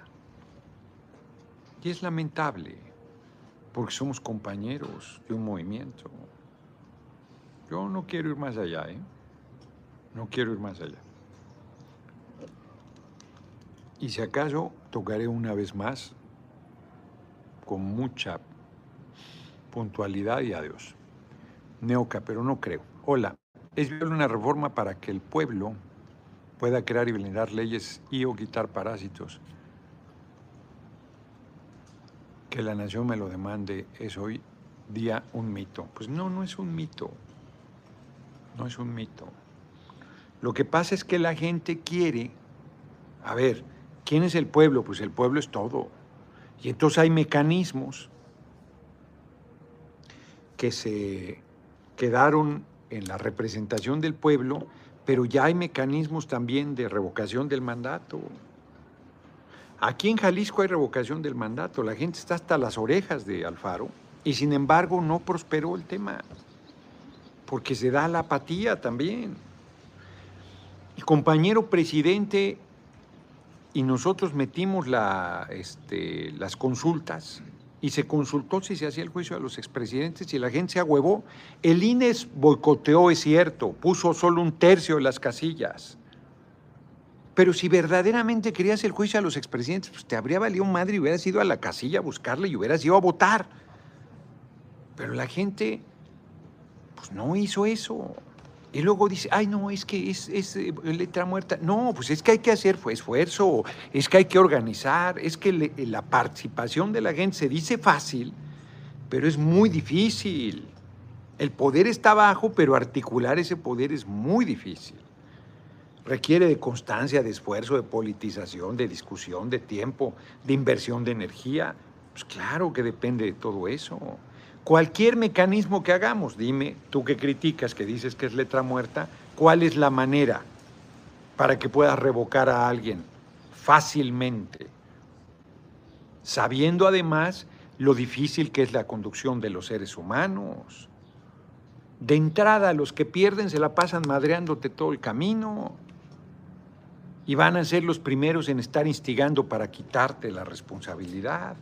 Y es lamentable, porque somos compañeros de un movimiento. Yo no quiero ir más allá, ¿eh? No quiero ir más allá. Y si acaso, tocaré una vez más, con mucha puntualidad y adiós. Neoca, pero no creo. Hola. Es viable una reforma para que el pueblo pueda crear y blindar leyes y o quitar parásitos. Que la nación me lo demande es hoy día un mito. Pues no, no es un mito. No es un mito. Lo que pasa es que la gente quiere, a ver, ¿quién es el pueblo? Pues el pueblo es todo. Y entonces hay mecanismos que se quedaron en la representación del pueblo, pero ya hay mecanismos también de revocación del mandato. Aquí en Jalisco hay revocación del mandato, la gente está hasta las orejas de Alfaro y sin embargo no prosperó el tema, porque se da la apatía también. El compañero presidente y nosotros metimos la, este, las consultas y se consultó si se hacía el juicio a los expresidentes y la gente se ahuevó. El I N E boicoteó, es cierto, puso solo un tercio de las casillas. Pero si verdaderamente querías el juicio a los expresidentes, pues te habría valido madre y hubieras ido a la casilla a buscarle y hubieras ido a votar. Pero la gente, pues no hizo eso. Y luego dice, ay, no, es que es, es eh, letra muerta. No, pues es que hay que hacer esfuerzo, es que hay que organizar, es que le, la participación de la gente se dice fácil, pero es muy difícil. El poder está abajo, pero articular ese poder es muy difícil. Requiere de constancia, de esfuerzo, de politización, de discusión, de tiempo, de inversión de energía. Pues claro que depende de todo eso. Cualquier mecanismo que hagamos, dime, tú que criticas, que dices que es letra muerta, ¿cuál es la manera para que puedas revocar a alguien fácilmente? Sabiendo además lo difícil que es la conducción de los seres humanos. De entrada, los que pierden se la pasan madreándote todo el camino y van a ser los primeros en estar instigando para quitarte la responsabilidad.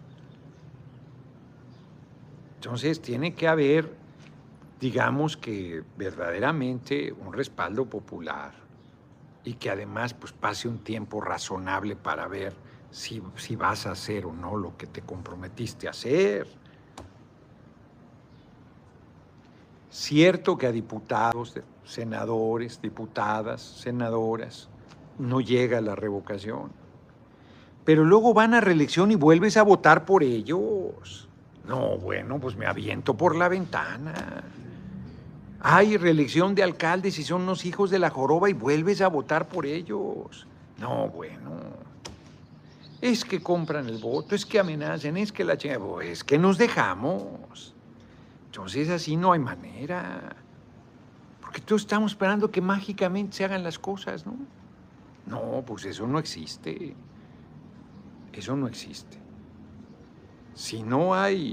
Entonces, tiene que haber, digamos que verdaderamente un respaldo popular y que además pues, pase un tiempo razonable para ver si, si vas a hacer o no lo que te comprometiste a hacer. Cierto que a diputados, senadores, diputadas, senadoras, no llega la revocación. Pero luego van a reelección y vuelves a votar por ellos. No, bueno, pues me aviento por la ventana. Hay reelección de alcaldes y son unos hijos de la joroba y vuelves a votar por ellos. No, bueno. Es que compran el voto, es que amenazan, es que la chingada, es que nos dejamos. Entonces así no hay manera. Porque todos estamos esperando que mágicamente se hagan las cosas, ¿no? No, pues eso no existe. Eso no existe. Si no hay...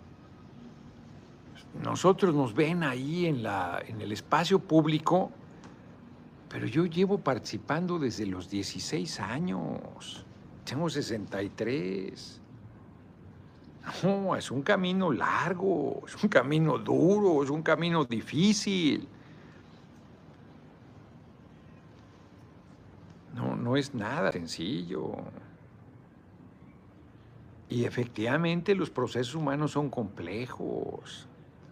Nosotros nos ven ahí en, la, en el espacio público, pero yo llevo participando desde los dieciséis años. Tengo sesenta y tres. No, es un camino largo, es un camino duro, es un camino difícil. No, no es nada sencillo. Y efectivamente los procesos humanos son complejos.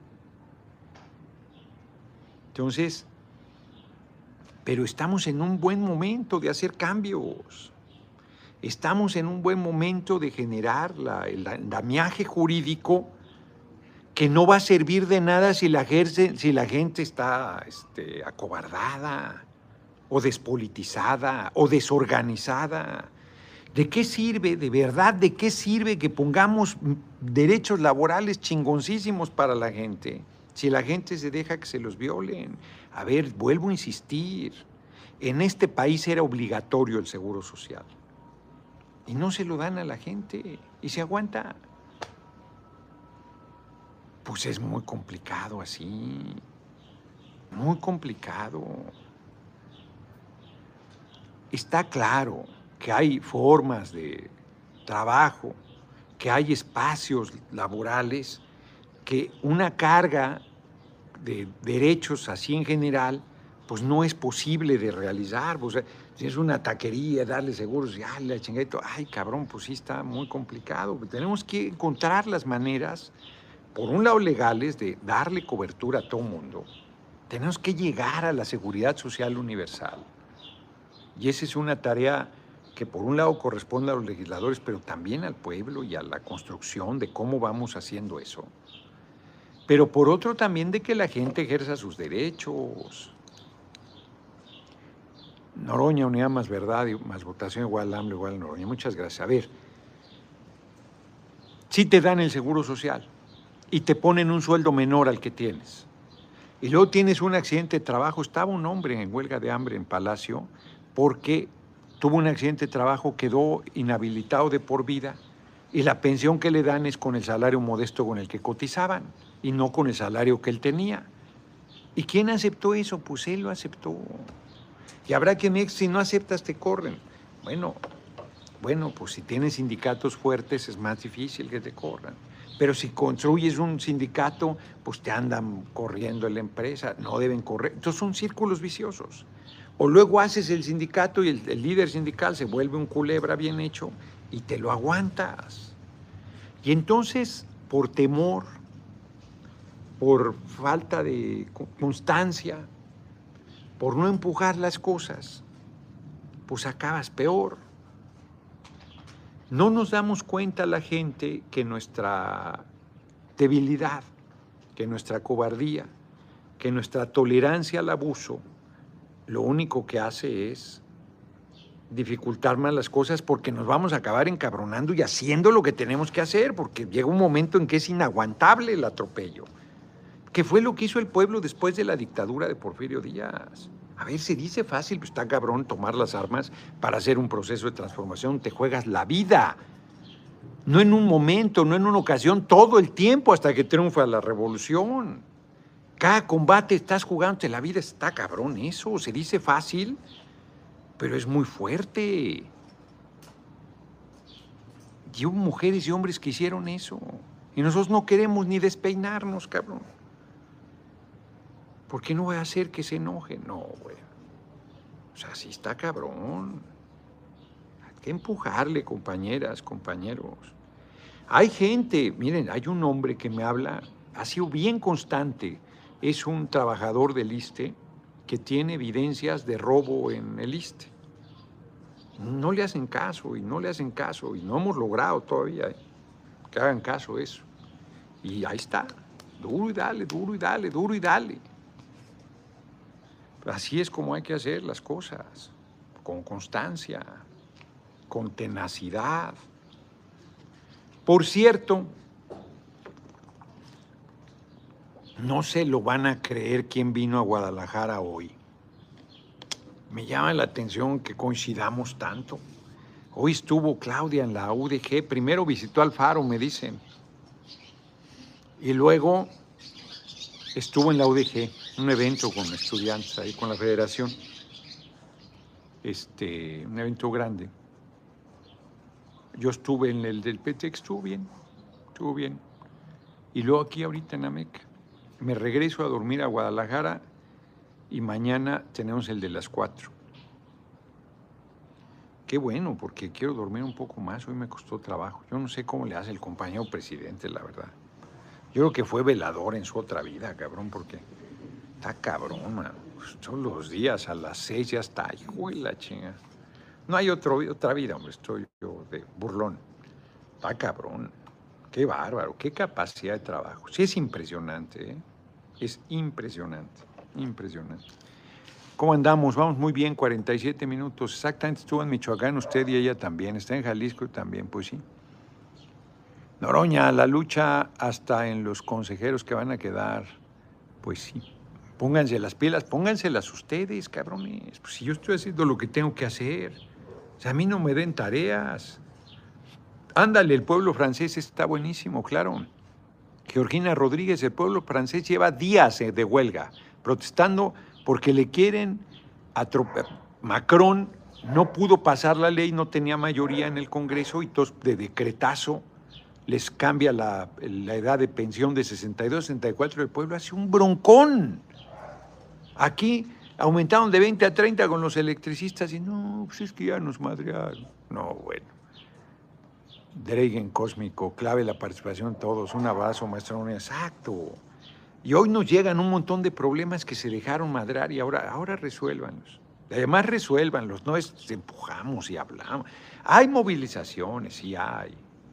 Entonces, pero estamos en un buen momento de hacer cambios. Estamos en un buen momento de generar la, el andamiaje jurídico que no va a servir de nada si la, ejerce, si la gente está este, acobardada o despolitizada o desorganizada. ¿De qué sirve, de verdad, de qué sirve que pongamos derechos laborales chingoncísimos para la gente si la gente se deja que se los violen? A ver, vuelvo a insistir, en este país era obligatorio el seguro social y no se lo dan a la gente y se aguanta. Pues es muy complicado así, muy complicado. Está claro que hay formas de trabajo, que hay espacios laborales, que una carga de derechos así en general, pues no es posible de realizar. O sea, si es una taquería, darle seguros, y ay, la chingadito, ay, cabrón, pues sí está muy complicado. Tenemos que encontrar las maneras, por un lado legales, de darle cobertura a todo mundo. Tenemos que llegar a la seguridad social universal. Y esa es una tarea que por un lado corresponde a los legisladores, pero también al pueblo y a la construcción de cómo vamos haciendo eso. Pero por otro también de que la gente ejerza sus derechos. Noroña, unidad más verdad, más votación igual AMLO, igual Noroña. Muchas gracias. A ver, si te dan el seguro social y te ponen un sueldo menor al que tienes, y luego tienes un accidente de trabajo. Estaba un hombre en huelga de hambre en Palacio porque tuvo un accidente de trabajo, quedó inhabilitado de por vida y la pensión que le dan es con el salario modesto con el que cotizaban y no con el salario que él tenía. ¿Y quién aceptó eso? Pues él lo aceptó. Y habrá quien me diga, si no aceptas te corren. Bueno, bueno, pues si tienes sindicatos fuertes es más difícil que te corran. Pero si construyes un sindicato, pues te andan corriendo en la empresa, no deben correr. Entonces son círculos viciosos. O luego haces el sindicato y el, el líder sindical se vuelve un culebra bien hecho y te lo aguantas. Y entonces, por temor, por falta de constancia, por no empujar las cosas, pues acabas peor. No nos damos cuenta la gente que nuestra debilidad, que nuestra cobardía, que nuestra tolerancia al abuso lo único que hace es dificultar más las cosas porque nos vamos a acabar encabronando y haciendo lo que tenemos que hacer, porque llega un momento en que es inaguantable el atropello, que fue lo que hizo el pueblo después de la dictadura de Porfirio Díaz. A ver, se dice fácil, pues está cabrón tomar las armas para hacer un proceso de transformación, te juegas la vida, no en un momento, no en una ocasión, todo el tiempo hasta que triunfa la revolución. Cada combate estás jugándote la vida, está cabrón eso, se dice fácil, pero es muy fuerte. Y hubo mujeres y hombres que hicieron eso. Y nosotros no queremos ni despeinarnos, cabrón. ¿Por qué no voy a hacer que se enoje? No, güey. O sea, sí está cabrón. Hay que empujarle, compañeras, compañeros. Hay gente, miren, hay un hombre que me habla, ha sido bien constante. Es un trabajador del ISSSTE que tiene evidencias de robo en el ISSSTE. No le hacen caso y no le hacen caso y no hemos logrado todavía que hagan caso de eso. Y ahí está, duro y dale, duro y dale, duro y dale. Así es como hay que hacer las cosas, con constancia, con tenacidad. Por cierto, no se lo van a creer quién vino a Guadalajara hoy. Me llama la atención que coincidamos tanto. Hoy estuvo Claudia en la U D G, primero visitó Alfaro, me dicen, y luego estuvo en la U D G, un evento con estudiantes ahí, con la federación, este, un evento grande. Yo estuve en el del P T E X, estuvo bien, estuvo bien. Y luego aquí ahorita en Ameca. Me regreso a dormir a Guadalajara y mañana tenemos el de las cuatro. Qué bueno, porque quiero dormir un poco más, hoy me costó trabajo. Yo no sé cómo le hace el compañero presidente, la verdad. Yo creo que fue velador en su otra vida, cabrón, porque está cabrón, man. Pues todos los días a las seis ya está, hijo de la chinga. No hay otro, otra vida, hombre, estoy yo de burlón. Está cabrón, qué bárbaro, qué capacidad de trabajo. Sí es impresionante, ¿eh? Es impresionante, impresionante. ¿Cómo andamos? Vamos muy bien, cuarenta y siete minutos. Exactamente, estuvo en Michoacán usted y ella también. Está en Jalisco también, pues sí. Noroña, la lucha hasta en los consejeros que van a quedar, pues sí. Pónganse las pilas, pónganselas ustedes, cabrones. Pues si yo estoy haciendo lo que tengo que hacer, o sea, a mí no me den tareas. Ándale, el pueblo francés está buenísimo, claro. Georgina Rodríguez, el pueblo francés lleva días de huelga, protestando porque le quieren atropellar. Macron no pudo pasar la ley, no tenía mayoría en el Congreso y entonces de decretazo les cambia la, la edad de pensión de sesenta y dos a sesenta y cuatro, el pueblo hace un broncón. Aquí aumentaron de veinte a treinta con los electricistas y no, pues es que ya nos madrearon. No, bueno. Dragen cósmico, clave la participación de todos, un abrazo, maestro. Exacto. Y hoy nos llegan un montón de problemas que se dejaron madrar y ahora, ahora resuélvanlos. Además, resuélvanlos, no es empujamos y hablamos. Hay movilizaciones, sí hay,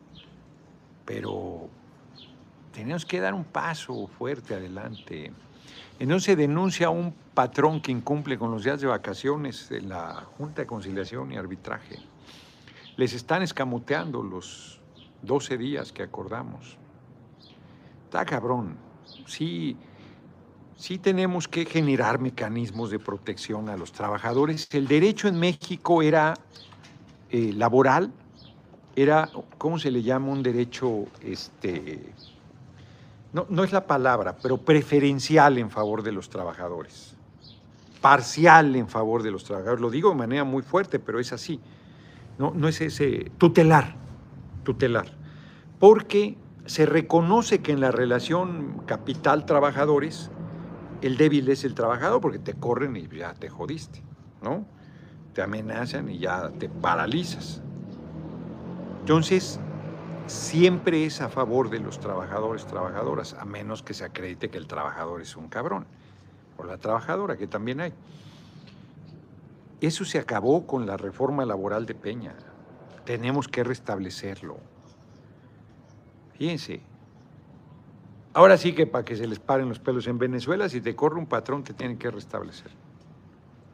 pero tenemos que dar un paso fuerte adelante. Entonces se denuncia a un patrón que incumple con los días de vacaciones en la Junta de Conciliación y Arbitraje. Les están escamoteando los doce días que acordamos. Está cabrón. Sí, sí tenemos que generar mecanismos de protección a los trabajadores. El derecho en México era eh, laboral, era, ¿cómo se le llama? Un derecho, este, no, no es la palabra, pero preferencial en favor de los trabajadores. Parcial en favor de los trabajadores. Lo digo de manera muy fuerte, pero es así. No, no es ese tutelar, tutelar, porque se reconoce que en la relación capital-trabajadores el débil es el trabajador porque te corren y ya te jodiste, ¿no? Te amenazan y ya te paralizas. Entonces, siempre es a favor de los trabajadores, trabajadoras, a menos que se acredite que el trabajador es un cabrón, o la trabajadora, que también hay. Eso se acabó con la reforma laboral de Peña. Tenemos que restablecerlo. Fíjense. Ahora sí que para que se les paren los pelos en Venezuela, si te corre un patrón, te tienen que restablecer.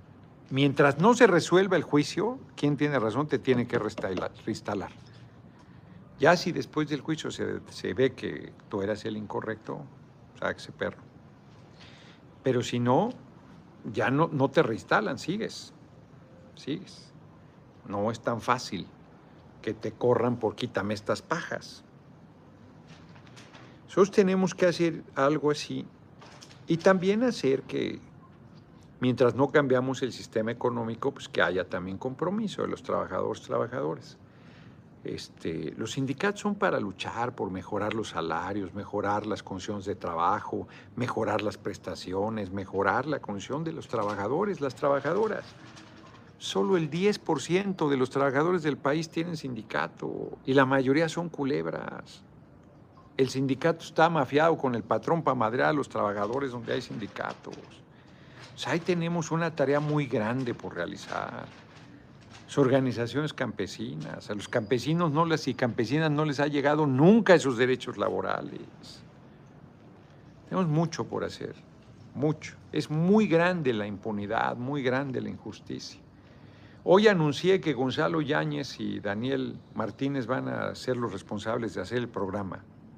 Mientras no se resuelva el juicio, quien tiene razón te tiene que reinstalar. reinstalar. Ya si después del juicio se, se ve que tú eras el incorrecto, sáquese perro. Pero si no, ya no, no te reinstalan, sigues, sigues. No es tan fácil que te corran por quítame estas pajas. Nosotros tenemos que hacer algo así y también hacer que, mientras no cambiamos el sistema económico, pues que haya también compromiso de los trabajadores, trabajadores. Este, los sindicatos son para luchar por mejorar los salarios, mejorar las condiciones de trabajo, mejorar las prestaciones, mejorar la condición de los trabajadores, las trabajadoras. Solo el diez por ciento de los trabajadores del país tienen sindicato y la mayoría son culebras. El sindicato está mafiado con el patrón para madrear a los trabajadores donde hay sindicatos. O sea, ahí tenemos una tarea muy grande por realizar. Las organizaciones campesinas, a los campesinos no les, y campesinas no les ha llegado nunca esos derechos laborales. Tenemos mucho por hacer, mucho. Es muy grande la impunidad, muy grande la injusticia. Hoy anuncié que Gonzalo Yáñez y Daniel Martínez van a ser los responsables de hacer el programa.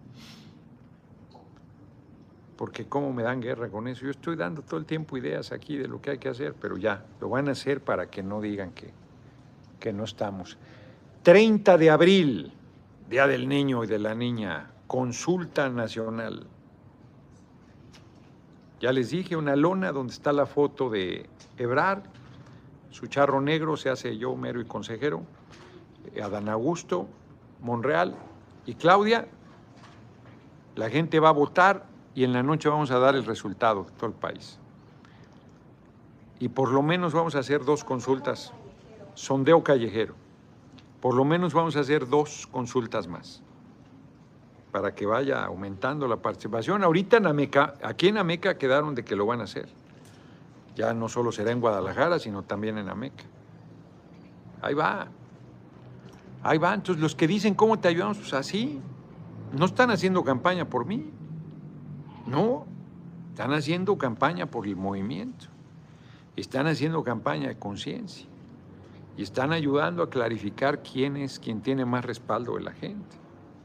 Porque cómo me dan guerra con eso. Yo estoy dando todo el tiempo ideas aquí de lo que hay que hacer, pero ya, lo van a hacer para que no digan que, que no estamos. treinta de abril, Día del Niño y de la Niña, consulta nacional. Ya les dije, una lona donde está la foto de Ebrard, su charro negro, se hace yo, mero y consejero, Adán Augusto, Monreal y Claudia. La gente va a votar y en la noche vamos a dar el resultado de todo el país. Y por lo menos vamos a hacer dos consultas, sondeo callejero. Por lo menos vamos a hacer dos consultas más para que vaya aumentando la participación. Ahorita en Ameca, aquí en Ameca quedaron de que lo van a hacer. Ya no solo será en Guadalajara, sino también en Ameca. Ahí va. Ahí va. Entonces, los que dicen, ¿cómo te ayudamos? Pues así. No están haciendo campaña por mí. No. Están haciendo campaña por el movimiento. Están haciendo campaña de conciencia. Y están ayudando a clarificar quién es quien tiene más respaldo de la gente.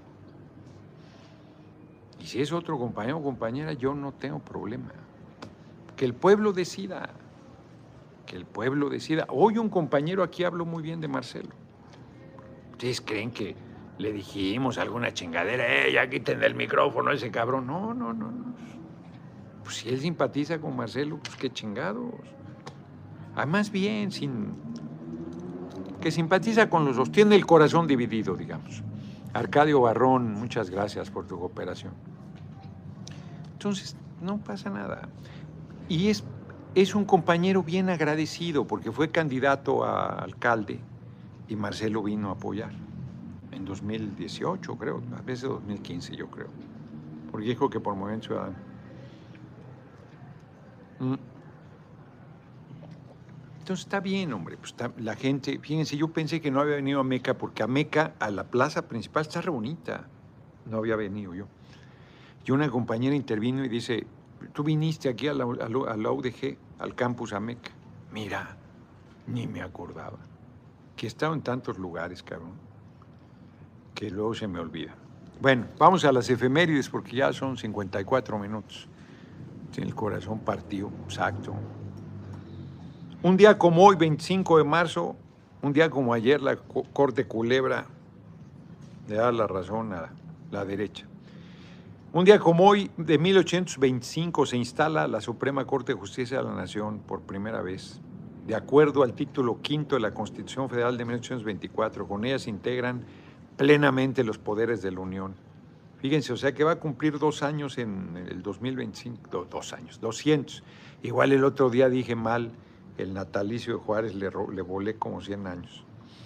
Y si es otro compañero o compañera, yo no tengo problema. Que el pueblo decida. Que el pueblo decida. Hoy un compañero aquí habló muy bien de Marcelo. ¿Ustedes creen que le dijimos alguna chingadera? ¡Eh, ya quiten el micrófono a ese cabrón! No, no, no, no. Pues si él simpatiza con Marcelo, pues qué chingados. Además bien, sin... que simpatiza con los dos. Tiene el corazón dividido, digamos. Arcadio Barrón, muchas gracias por tu cooperación. Entonces, no pasa nada. Y es, es un compañero bien agradecido porque fue candidato a alcalde y Marcelo vino a apoyar en dos mil dieciocho, creo, a veces dos mil quince, yo creo, porque dijo que por Movimiento Ciudadano. Mm. Entonces está bien, hombre, pues está, la gente, fíjense, yo pensé que no había venido a Ameca porque Ameca, a la plaza principal, está re bonita. No había venido yo. Y una compañera intervino y dice, tú viniste aquí a la, a la, a la U D G, al campus Ameca. Mira, ni me acordaba. Que he estado en tantos lugares, cabrón, que luego se me olvida. Bueno, vamos a las efemérides porque ya son cincuenta y cuatro minutos. Tiene el corazón partido, exacto. Un día como hoy, veinticinco de marzo, un día como ayer, la Corte Culebra le da la razón a la derecha. Un día como hoy, de mil ochocientos veinticinco, se instala la Suprema Corte de Justicia de la Nación por primera vez, de acuerdo al título quinto de la Constitución Federal de mil ochocientos veinticuatro. Con ella se integran plenamente los poderes de la Unión. Fíjense, o sea que va a cumplir dos años en el dos mil veinticinco, dos años, doscientos. Igual el otro día dije mal, el natalicio de Juárez le, le volé como cien años.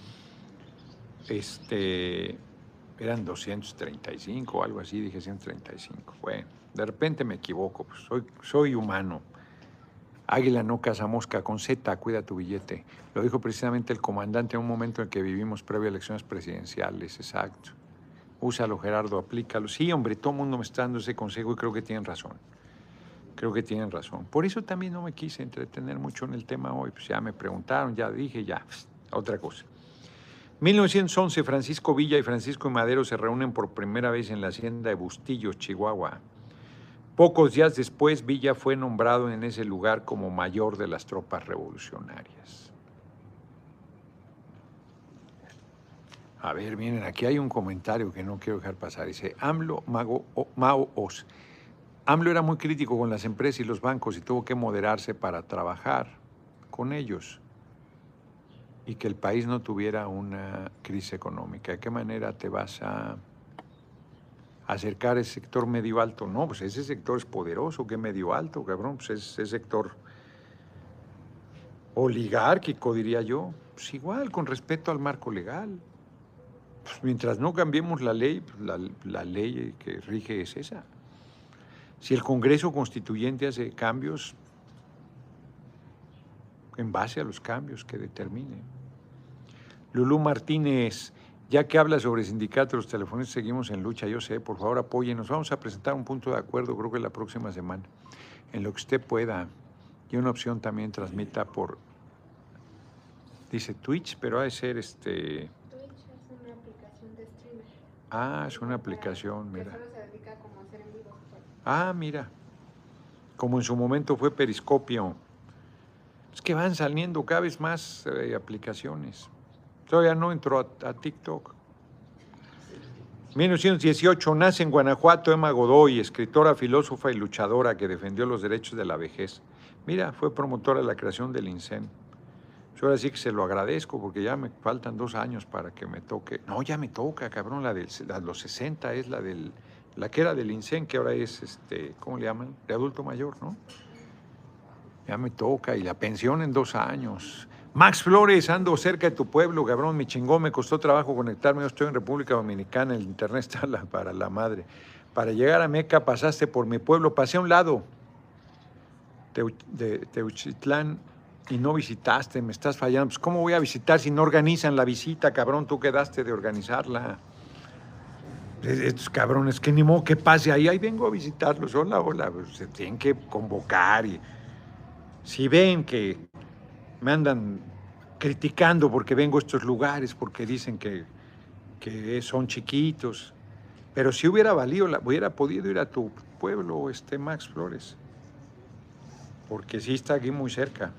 Este... Eran doscientos treinta y cinco o algo así, dije ciento treinta y cinco. Bueno, de repente me equivoco, pues soy, soy humano. Águila no caza mosca, con Z, cuida tu billete. Lo dijo precisamente el comandante en un momento en que vivimos previo a elecciones presidenciales, exacto. Úsalo, Gerardo, aplícalo. Sí, hombre, todo el mundo me está dando ese consejo y creo que tienen razón. Creo que tienen razón. Por eso también no me quise entretener mucho en el tema hoy. Pues ya me preguntaron, ya dije, ya, pss, otra cosa. mil novecientos once, Francisco Villa y Francisco Madero se reúnen por primera vez en la hacienda de Bustillos, Chihuahua. Pocos días después, Villa fue nombrado en ese lugar como mayor de las tropas revolucionarias. A ver, miren, aquí hay un comentario que no quiero dejar pasar. Dice, AMLO, Mago, o, Mao Os. AMLO era muy crítico con las empresas y los bancos y tuvo que moderarse para trabajar con ellos y que el país no tuviera una crisis económica. ¿De qué manera te vas a acercar a ese sector medio alto? No, pues ese sector es poderoso. ¿Qué medio alto, cabrón? Pues es ese sector oligárquico, diría yo. Pues igual, con respeto al marco legal. Pues mientras no cambiemos la ley, pues la, la ley que rige es esa. Si el Congreso Constituyente hace cambios, en base a los cambios que determine. Lulú Martínez, ya que habla sobre sindicatos, los telefonistas seguimos en lucha, yo sé, por favor apóyenos. Vamos a presentar un punto de acuerdo, creo que la próxima semana, en lo que usted pueda. Y una opción también transmita por, dice Twitch, pero ha de ser este... Twitch es una aplicación de streamer. Ah, es una aplicación, Que mira. solo se dedica como a hacer en vivo. Ah, mira, como en su momento fue Periscopio. Es que van saliendo cada vez más eh, aplicaciones. Todavía no entró a, a TikTok. mil novecientos dieciocho, nace en Guanajuato Emma Godoy, escritora, filósofa y luchadora que defendió los derechos de la vejez. Mira, fue promotora de la creación del INSEN. Yo ahora sí que se lo agradezco porque ya me faltan dos años para que me toque. No, ya me toca, cabrón, la de los sesenta es la del... La que era del INSEN, que ahora es, este, ¿cómo le llaman? De adulto mayor, ¿no? Ya me toca. Y la pensión en dos años. Max Flores, ando cerca de tu pueblo, cabrón. Mi chingón, me costó trabajo conectarme. Yo estoy en República Dominicana, el internet está la, para la madre. Para llegar a Meca pasaste por mi pueblo. Pasé a un lado Teu, de Teuchitlán y no visitaste. Me estás fallando. Pues, ¿cómo voy a visitar si no organizan la visita, cabrón? Tú quedaste de organizarla. Estos cabrones, que ni modo que pase ahí, ahí vengo a visitarlos, hola, hola, pues se tienen que convocar y si ven que me andan criticando porque vengo a estos lugares, porque dicen que, que son chiquitos, pero si hubiera valido, hubiera podido ir a tu pueblo, este Max Flores, porque sí está aquí muy cerca.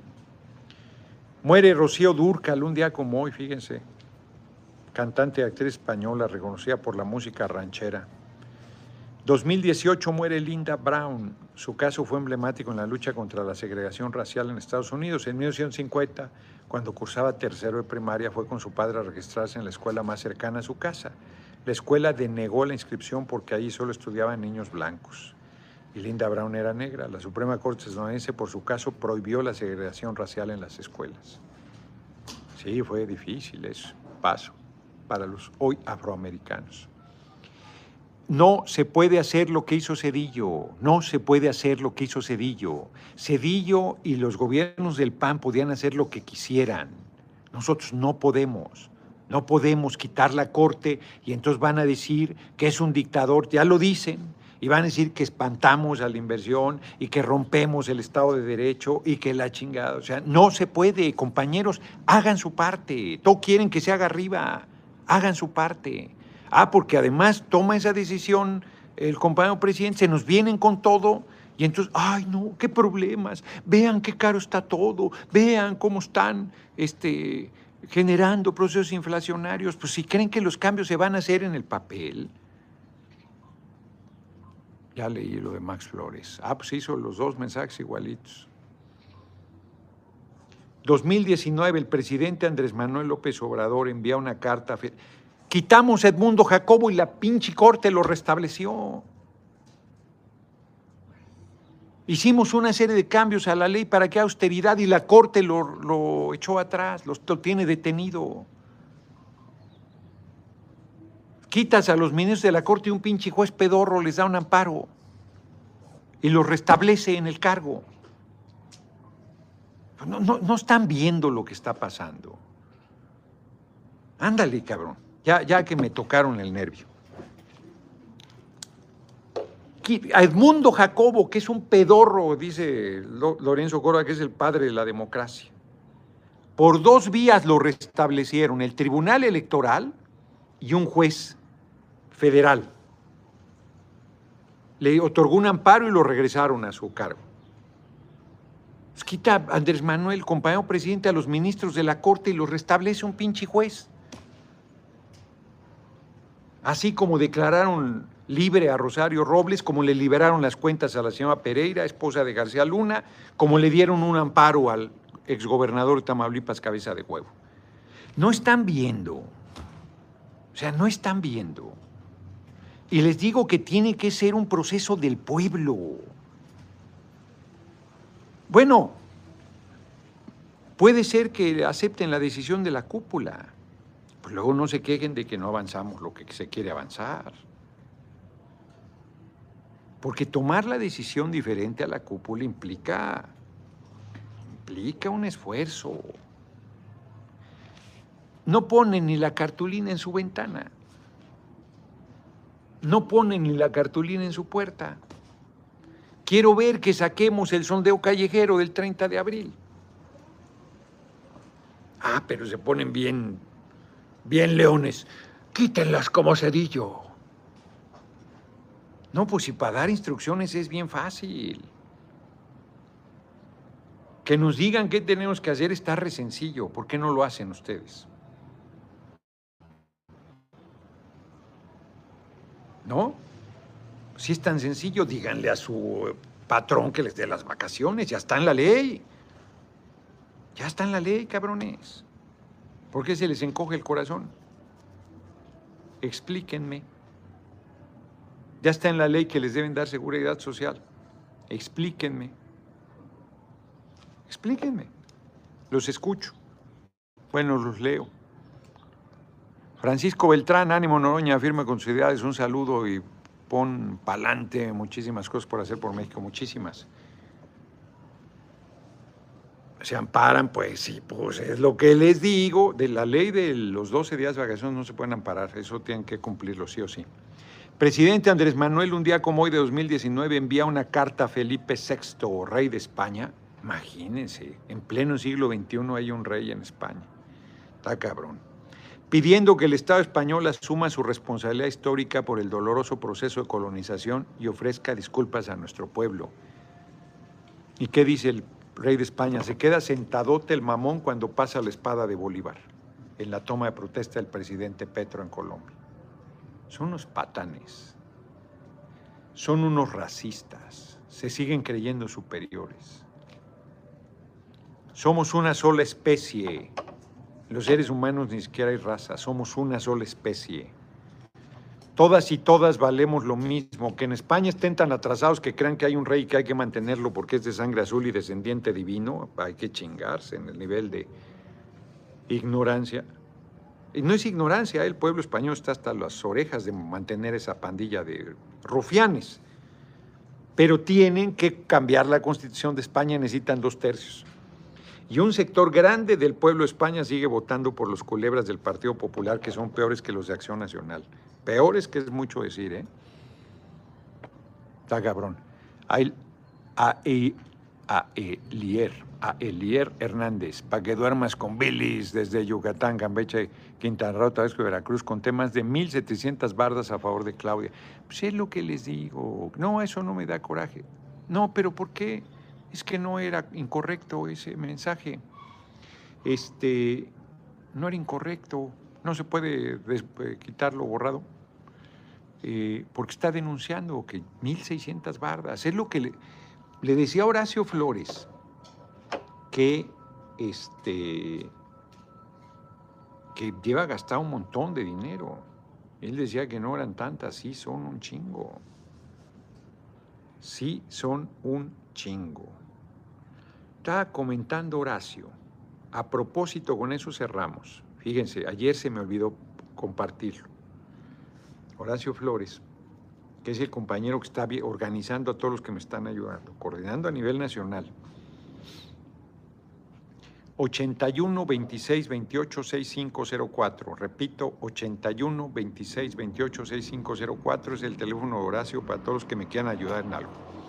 Muere Rocío Dúrcal un día como hoy, fíjense. Cantante y actriz española reconocida por la música ranchera. dos mil dieciocho muere Linda Brown. Su caso fue emblemático en la lucha contra la segregación racial en Estados Unidos. En mil novecientos cincuenta, cuando cursaba tercero de primaria, fue con su padre a registrarse en la escuela más cercana a su casa. La escuela denegó la inscripción porque allí solo estudiaban niños blancos. Y Linda Brown era negra. La Suprema Corte estadounidense, por su caso, prohibió la segregación racial en las escuelas. Sí, fue difícil eso, paso para los hoy afroamericanos. No se puede hacer lo que hizo Zedillo, no se puede hacer lo que hizo Zedillo. Zedillo y los gobiernos del P A N podían hacer lo que quisieran. Nosotros no podemos, no podemos quitar la corte y entonces van a decir que es un dictador, ya lo dicen, y van a decir que espantamos a la inversión y que rompemos el Estado de Derecho y que la chingada. O sea, no se puede, compañeros, hagan su parte, todos quieren que se haga arriba. Hagan su parte. Ah, porque además toma esa decisión el compañero presidente, se nos vienen con todo y entonces, ay no, qué problemas, vean qué caro está todo, vean cómo están este, generando procesos inflacionarios. Pues si creen que los cambios se van a hacer en el papel. Ya leí lo de Max Flores. Ah, pues hizo los dos mensajes igualitos. dos mil diecinueve, el presidente Andrés Manuel López Obrador envía una carta. Quitamos a Edmundo Jacobo y la pinche corte lo restableció. Hicimos una serie de cambios a la ley para que austeridad y la corte lo, lo echó atrás, lo, lo tiene detenido. Quitas a los ministros de la corte y un pinche juez pedorro les da un amparo y los restablece en el cargo. No, no, no están viendo lo que está pasando. Ándale, cabrón. Ya, ya que me tocaron el nervio. A Edmundo Jacobo, que es un pedorro, dice Lorenzo Córdoba, que es el padre de la democracia. Por dos vías lo restablecieron, el Tribunal Electoral y un juez federal. Le otorgó un amparo y lo regresaron a su cargo. Pues quita a Andrés Manuel, compañero presidente, a los ministros de la Corte y los restablece un pinche juez. Así como declararon libre a Rosario Robles, como le liberaron las cuentas a la señora Pereira, esposa de García Luna, como le dieron un amparo al exgobernador de Tamaulipas, cabeza de huevo. No están viendo, o sea, no están viendo. Y les digo que tiene que ser un proceso del pueblo. Bueno, puede ser que acepten la decisión de la cúpula, pues luego no se quejen de que no avanzamos lo que se quiere avanzar. Porque tomar la decisión diferente a la cúpula implica, implica un esfuerzo. No ponen ni la cartulina en su ventana. No ponen ni la cartulina en su puerta. Quiero ver que saquemos el sondeo callejero del treinta de abril. Ah, pero se ponen bien, bien leones. Quítenlas como cerillo. No, pues si para dar instrucciones es bien fácil. Que nos digan qué tenemos que hacer está re sencillo. ¿Por qué no lo hacen ustedes? ¿No? Si es tan sencillo, díganle a su patrón que les dé las vacaciones. Ya está en la ley. Ya está en la ley, cabrones. ¿Por qué se les encoge el corazón? Explíquenme. Ya está en la ley que les deben dar seguridad social. Explíquenme. Explíquenme. Los escucho. Bueno, los leo. Francisco Beltrán, ánimo Noroña, firme con sus ideales. Un saludo y pon pa'lante. Muchísimas cosas por hacer por México. Muchísimas. Se amparan, pues sí, pues es lo que les digo. De la ley de los doce días de vacaciones no se pueden amparar. Eso tienen que cumplirlo sí o sí. Presidente Andrés Manuel, un día como hoy de dos mil diecinueve, envía una carta a Felipe sexto, rey de España. Imagínense, en pleno siglo veintiuno hay un rey en España. Está cabrón. Pidiendo que el Estado español asuma su responsabilidad histórica por el doloroso proceso de colonización y ofrezca disculpas a nuestro pueblo. ¿Y qué dice el rey de España? Se queda sentadote el mamón cuando pasa la espada de Bolívar en la toma de protesta del presidente Petro en Colombia. Son unos patanes, son unos racistas, se siguen creyendo superiores. Somos una sola especie, los seres humanos ni siquiera hay raza, somos una sola especie. Todas y todas valemos lo mismo, que en España estén tan atrasados que crean que hay un rey que hay que mantenerlo porque es de sangre azul y descendiente divino, hay que chingarse en el nivel de ignorancia. Y no es ignorancia, el pueblo español está hasta las orejas de mantener esa pandilla de rufianes. Pero tienen que cambiar la Constitución de España, necesitan dos tercios. Y un sector grande del pueblo de España sigue votando por los culebras del Partido Popular, que son peores que los de Acción Nacional. Peores, que es mucho decir, ¿eh? Está cabrón. A, el, a, e, a Elier, a Elier Hernández, para que duermas con bilis desde Yucatán, Campeche, Quintana Roo, Tabasco y Veracruz, con temas de mil setecientas bardas a favor de Claudia. Pues es lo que les digo. No, eso no me da coraje. No, pero ¿por qué? Es que no era incorrecto ese mensaje. Este, no era incorrecto. No se puede des, eh, quitarlo borrado. Eh, porque está denunciando que mil seiscientas bardas. Es lo que le, le decía Horacio Flores, que, este, que lleva gastado un montón de dinero. Él decía que no eran tantas, sí son un chingo. Sí son un chingo. Estaba comentando Horacio, a propósito, con eso cerramos. Fíjense, ayer se me olvidó compartirlo. Horacio Flores, que es el compañero que está organizando a todos los que me están ayudando, coordinando a nivel nacional. ochenta y uno, veintiséis, veintiocho, sesenta y cinco cero cuatro. Repito, ochenta y uno, veintiséis, veintiocho, sesenta y cinco cero cuatro es el teléfono de Horacio para todos los que me quieran ayudar en algo.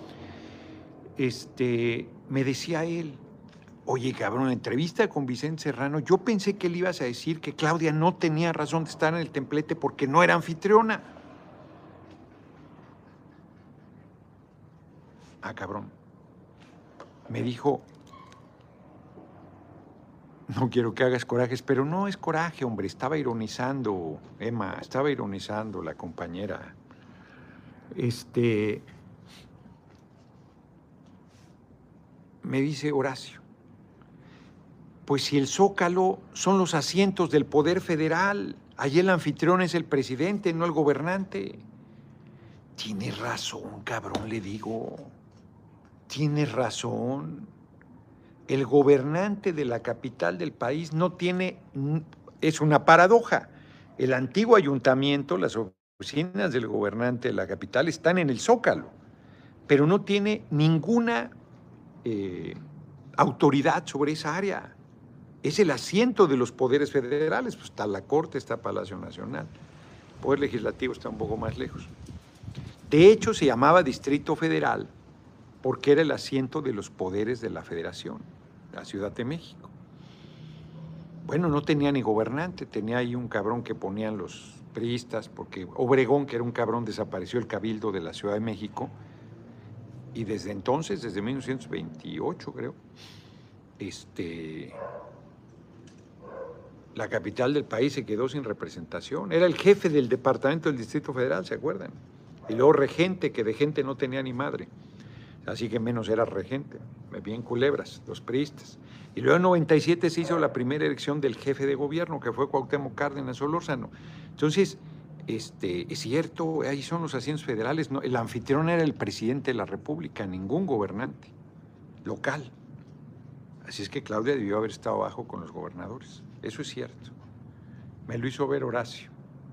Este, me decía él, oye, cabrón, la entrevista con Vicente Serrano, yo pensé que le ibas a decir que Claudia no tenía razón de estar en el templete porque no era anfitriona. Ah, cabrón. Me dijo, no quiero que hagas corajes, pero no es coraje, hombre, estaba ironizando, Emma, estaba ironizando la compañera. Este, me dice Horacio, pues si el Zócalo son los asientos del poder federal, allí el anfitrión es el presidente, no el gobernante. Tienes razón, cabrón, le digo, tienes razón. El gobernante de la capital del país no tiene, es una paradoja. El antiguo ayuntamiento, las oficinas del gobernante de la capital están en el Zócalo, pero no tiene ninguna eh, autoridad sobre esa área. Es el asiento de los poderes federales, pues está la Corte, está Palacio Nacional. El Poder Legislativo está un poco más lejos. De hecho, se llamaba Distrito Federal porque era el asiento de los poderes de la Federación, la Ciudad de México. Bueno, no tenía ni gobernante, tenía ahí un cabrón que ponían los priistas, porque Obregón, que era un cabrón, desapareció el cabildo de la Ciudad de México, y desde entonces, desde mil novecientos veintiocho, creo, este, la capital del país se quedó sin representación. Era el jefe del departamento del Distrito Federal, ¿se acuerdan? Y luego regente, que de gente no tenía ni madre. Así que menos era regente, bien culebras, los priistas. Y luego en noventa y siete se hizo la primera elección del jefe de gobierno, que fue Cuauhtémoc Cárdenas Solórzano. Entonces, este, es cierto, ahí son los asientos federales. No, el anfitrión era el presidente de la República, ningún gobernante local. Así es que Claudia debió haber estado abajo con los gobernadores. Eso es cierto. Me lo hizo ver Horacio.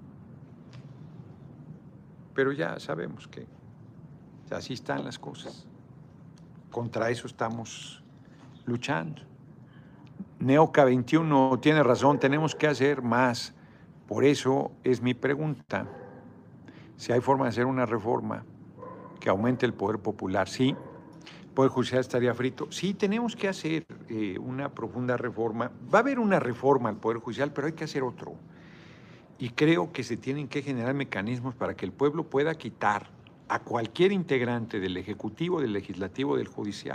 Pero ya sabemos que así están las cosas. Contra eso estamos luchando. Neoca veintiuno tiene razón, tenemos que hacer más. Por eso es mi pregunta. Si hay forma de hacer una reforma que aumente el poder popular, sí. El poder judicial estaría frito. Sí, tenemos que hacer eh, una profunda reforma. Va a haber una reforma al poder judicial, pero hay que hacer otro. Y creo que se tienen que generar mecanismos para que el pueblo pueda quitar a cualquier integrante del Ejecutivo, del Legislativo, del Judicial.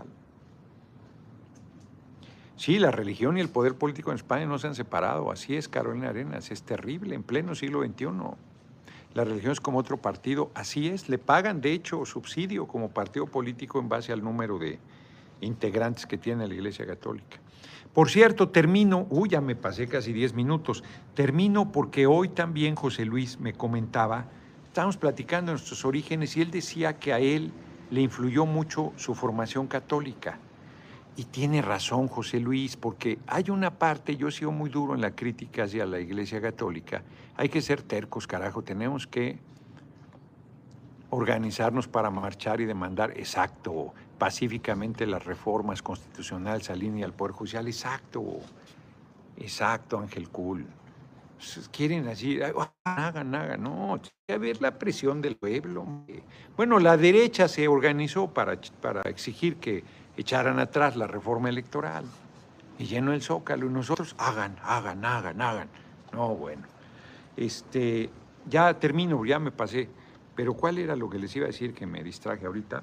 Sí, la religión y el poder político en España no se han separado. Así es, Carolina Arenas, es terrible, en pleno siglo veintiuno. La religión es como otro partido, así es. Le pagan, de hecho, subsidio como partido político en base al número de integrantes que tiene la Iglesia Católica. Por cierto, termino, uy, ya me pasé casi diez minutos, termino porque hoy también José Luis me comentaba, estábamos platicando de nuestros orígenes y él decía que a él le influyó mucho su formación católica. Y tiene razón José Luis, porque hay una parte, yo he sido muy duro en la crítica hacia la Iglesia Católica, hay que ser tercos, carajo, tenemos que organizarnos para marchar y demandar, exacto, pacíficamente las reformas constitucionales al INE y al Poder Judicial, exacto, exacto, Ángel Cool. Quieren así, hagan, hagan, no, tiene que haber la presión del pueblo. Bueno, la derecha se organizó para, para exigir que echaran atrás la reforma electoral y llenó el Zócalo y nosotros, hagan, hagan, hagan, hagan. No, bueno, este, ya termino, ya me pasé, pero ¿cuál era lo que les iba a decir que me distraje ahorita?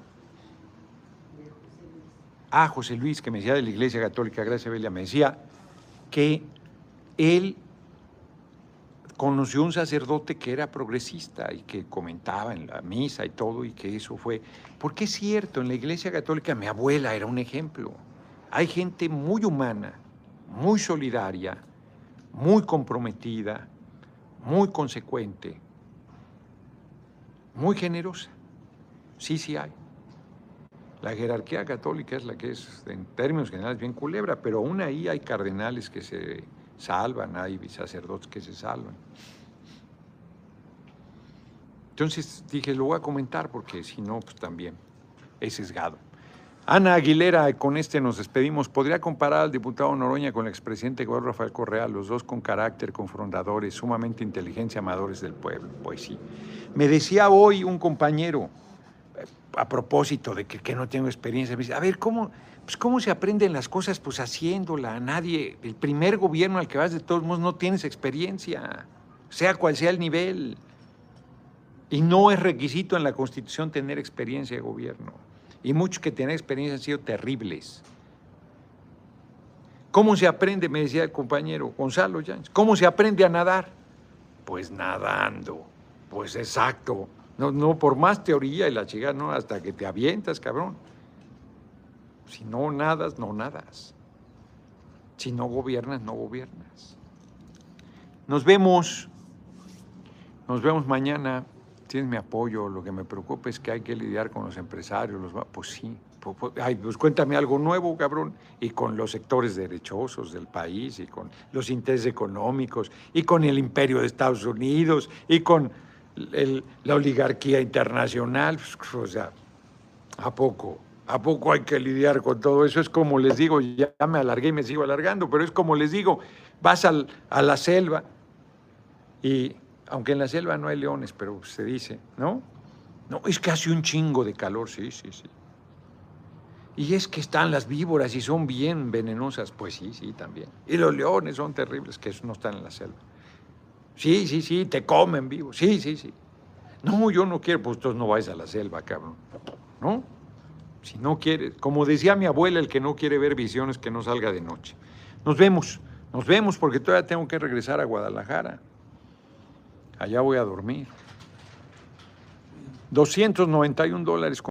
Ah, José Luis, que me decía de la Iglesia Católica, gracias Belia, me decía que él conoció un sacerdote que era progresista y que comentaba en la misa y todo, y que eso fue, porque es cierto, en la Iglesia Católica mi abuela era un ejemplo. Hay gente muy humana, muy solidaria, muy comprometida, muy consecuente, muy generosa. Sí, sí hay. La jerarquía católica es la que es, en términos generales, bien culebra, pero aún ahí hay cardenales que se salvan, hay sacerdotes que se salvan. Entonces dije, lo voy a comentar porque si no, pues también es sesgado. Ana Aguilera, con este nos despedimos. ¿Podría comparar al diputado Noroña con el expresidente Rafael Correa, los dos con carácter, confrontadores, sumamente inteligentes, amadores del pueblo? Pues sí. Me decía hoy un compañero, a propósito de que, que no tengo experiencia, me dice, a ver, ¿cómo, pues, ¿cómo se aprenden las cosas? Pues haciéndola. Nadie, el primer gobierno al que vas, de todos modos, no tienes experiencia, sea cual sea el nivel. Y no es requisito en la Constitución tener experiencia de gobierno. Y muchos que tienen experiencia han sido terribles. ¿Cómo se aprende? Me decía el compañero Gonzalo Yáñez. ¿Cómo se aprende a nadar? Pues nadando. Pues exacto. No, no por más teoría y la chica, no, hasta que te avientas, cabrón. Si no nadas, no nadas. Si no gobiernas, no gobiernas. Nos vemos. Nos vemos mañana. Tienes mi apoyo. Lo que me preocupa es que hay que lidiar con los empresarios. Los, pues sí. Pues, ay, pues cuéntame algo nuevo, cabrón. Y con los sectores derechosos del país, y con los intereses económicos, y con el imperio de Estados Unidos, y con el, la oligarquía internacional. Pues, o sea, ¿a poco? ¿A poco hay que lidiar con todo eso? Es como les digo, ya me alargué y me sigo alargando, pero es como les digo, vas al, a la selva y... Aunque en la selva no hay leones, pero se dice, ¿no? No, es que hace un chingo de calor, sí, sí, sí. Y es que están las víboras y son bien venenosas, pues sí, sí, también. Y los leones son terribles, que no están en la selva. Sí, sí, sí, te comen vivos, sí, sí, sí. No, yo no quiero, pues entonces no vayas a la selva, cabrón, ¿no? Si no quieres, como decía mi abuela, el que no quiere ver visiones, que no salga de noche. Nos vemos, nos vemos, porque todavía tengo que regresar a Guadalajara. Allá voy a dormir. doscientos noventa y un dólares.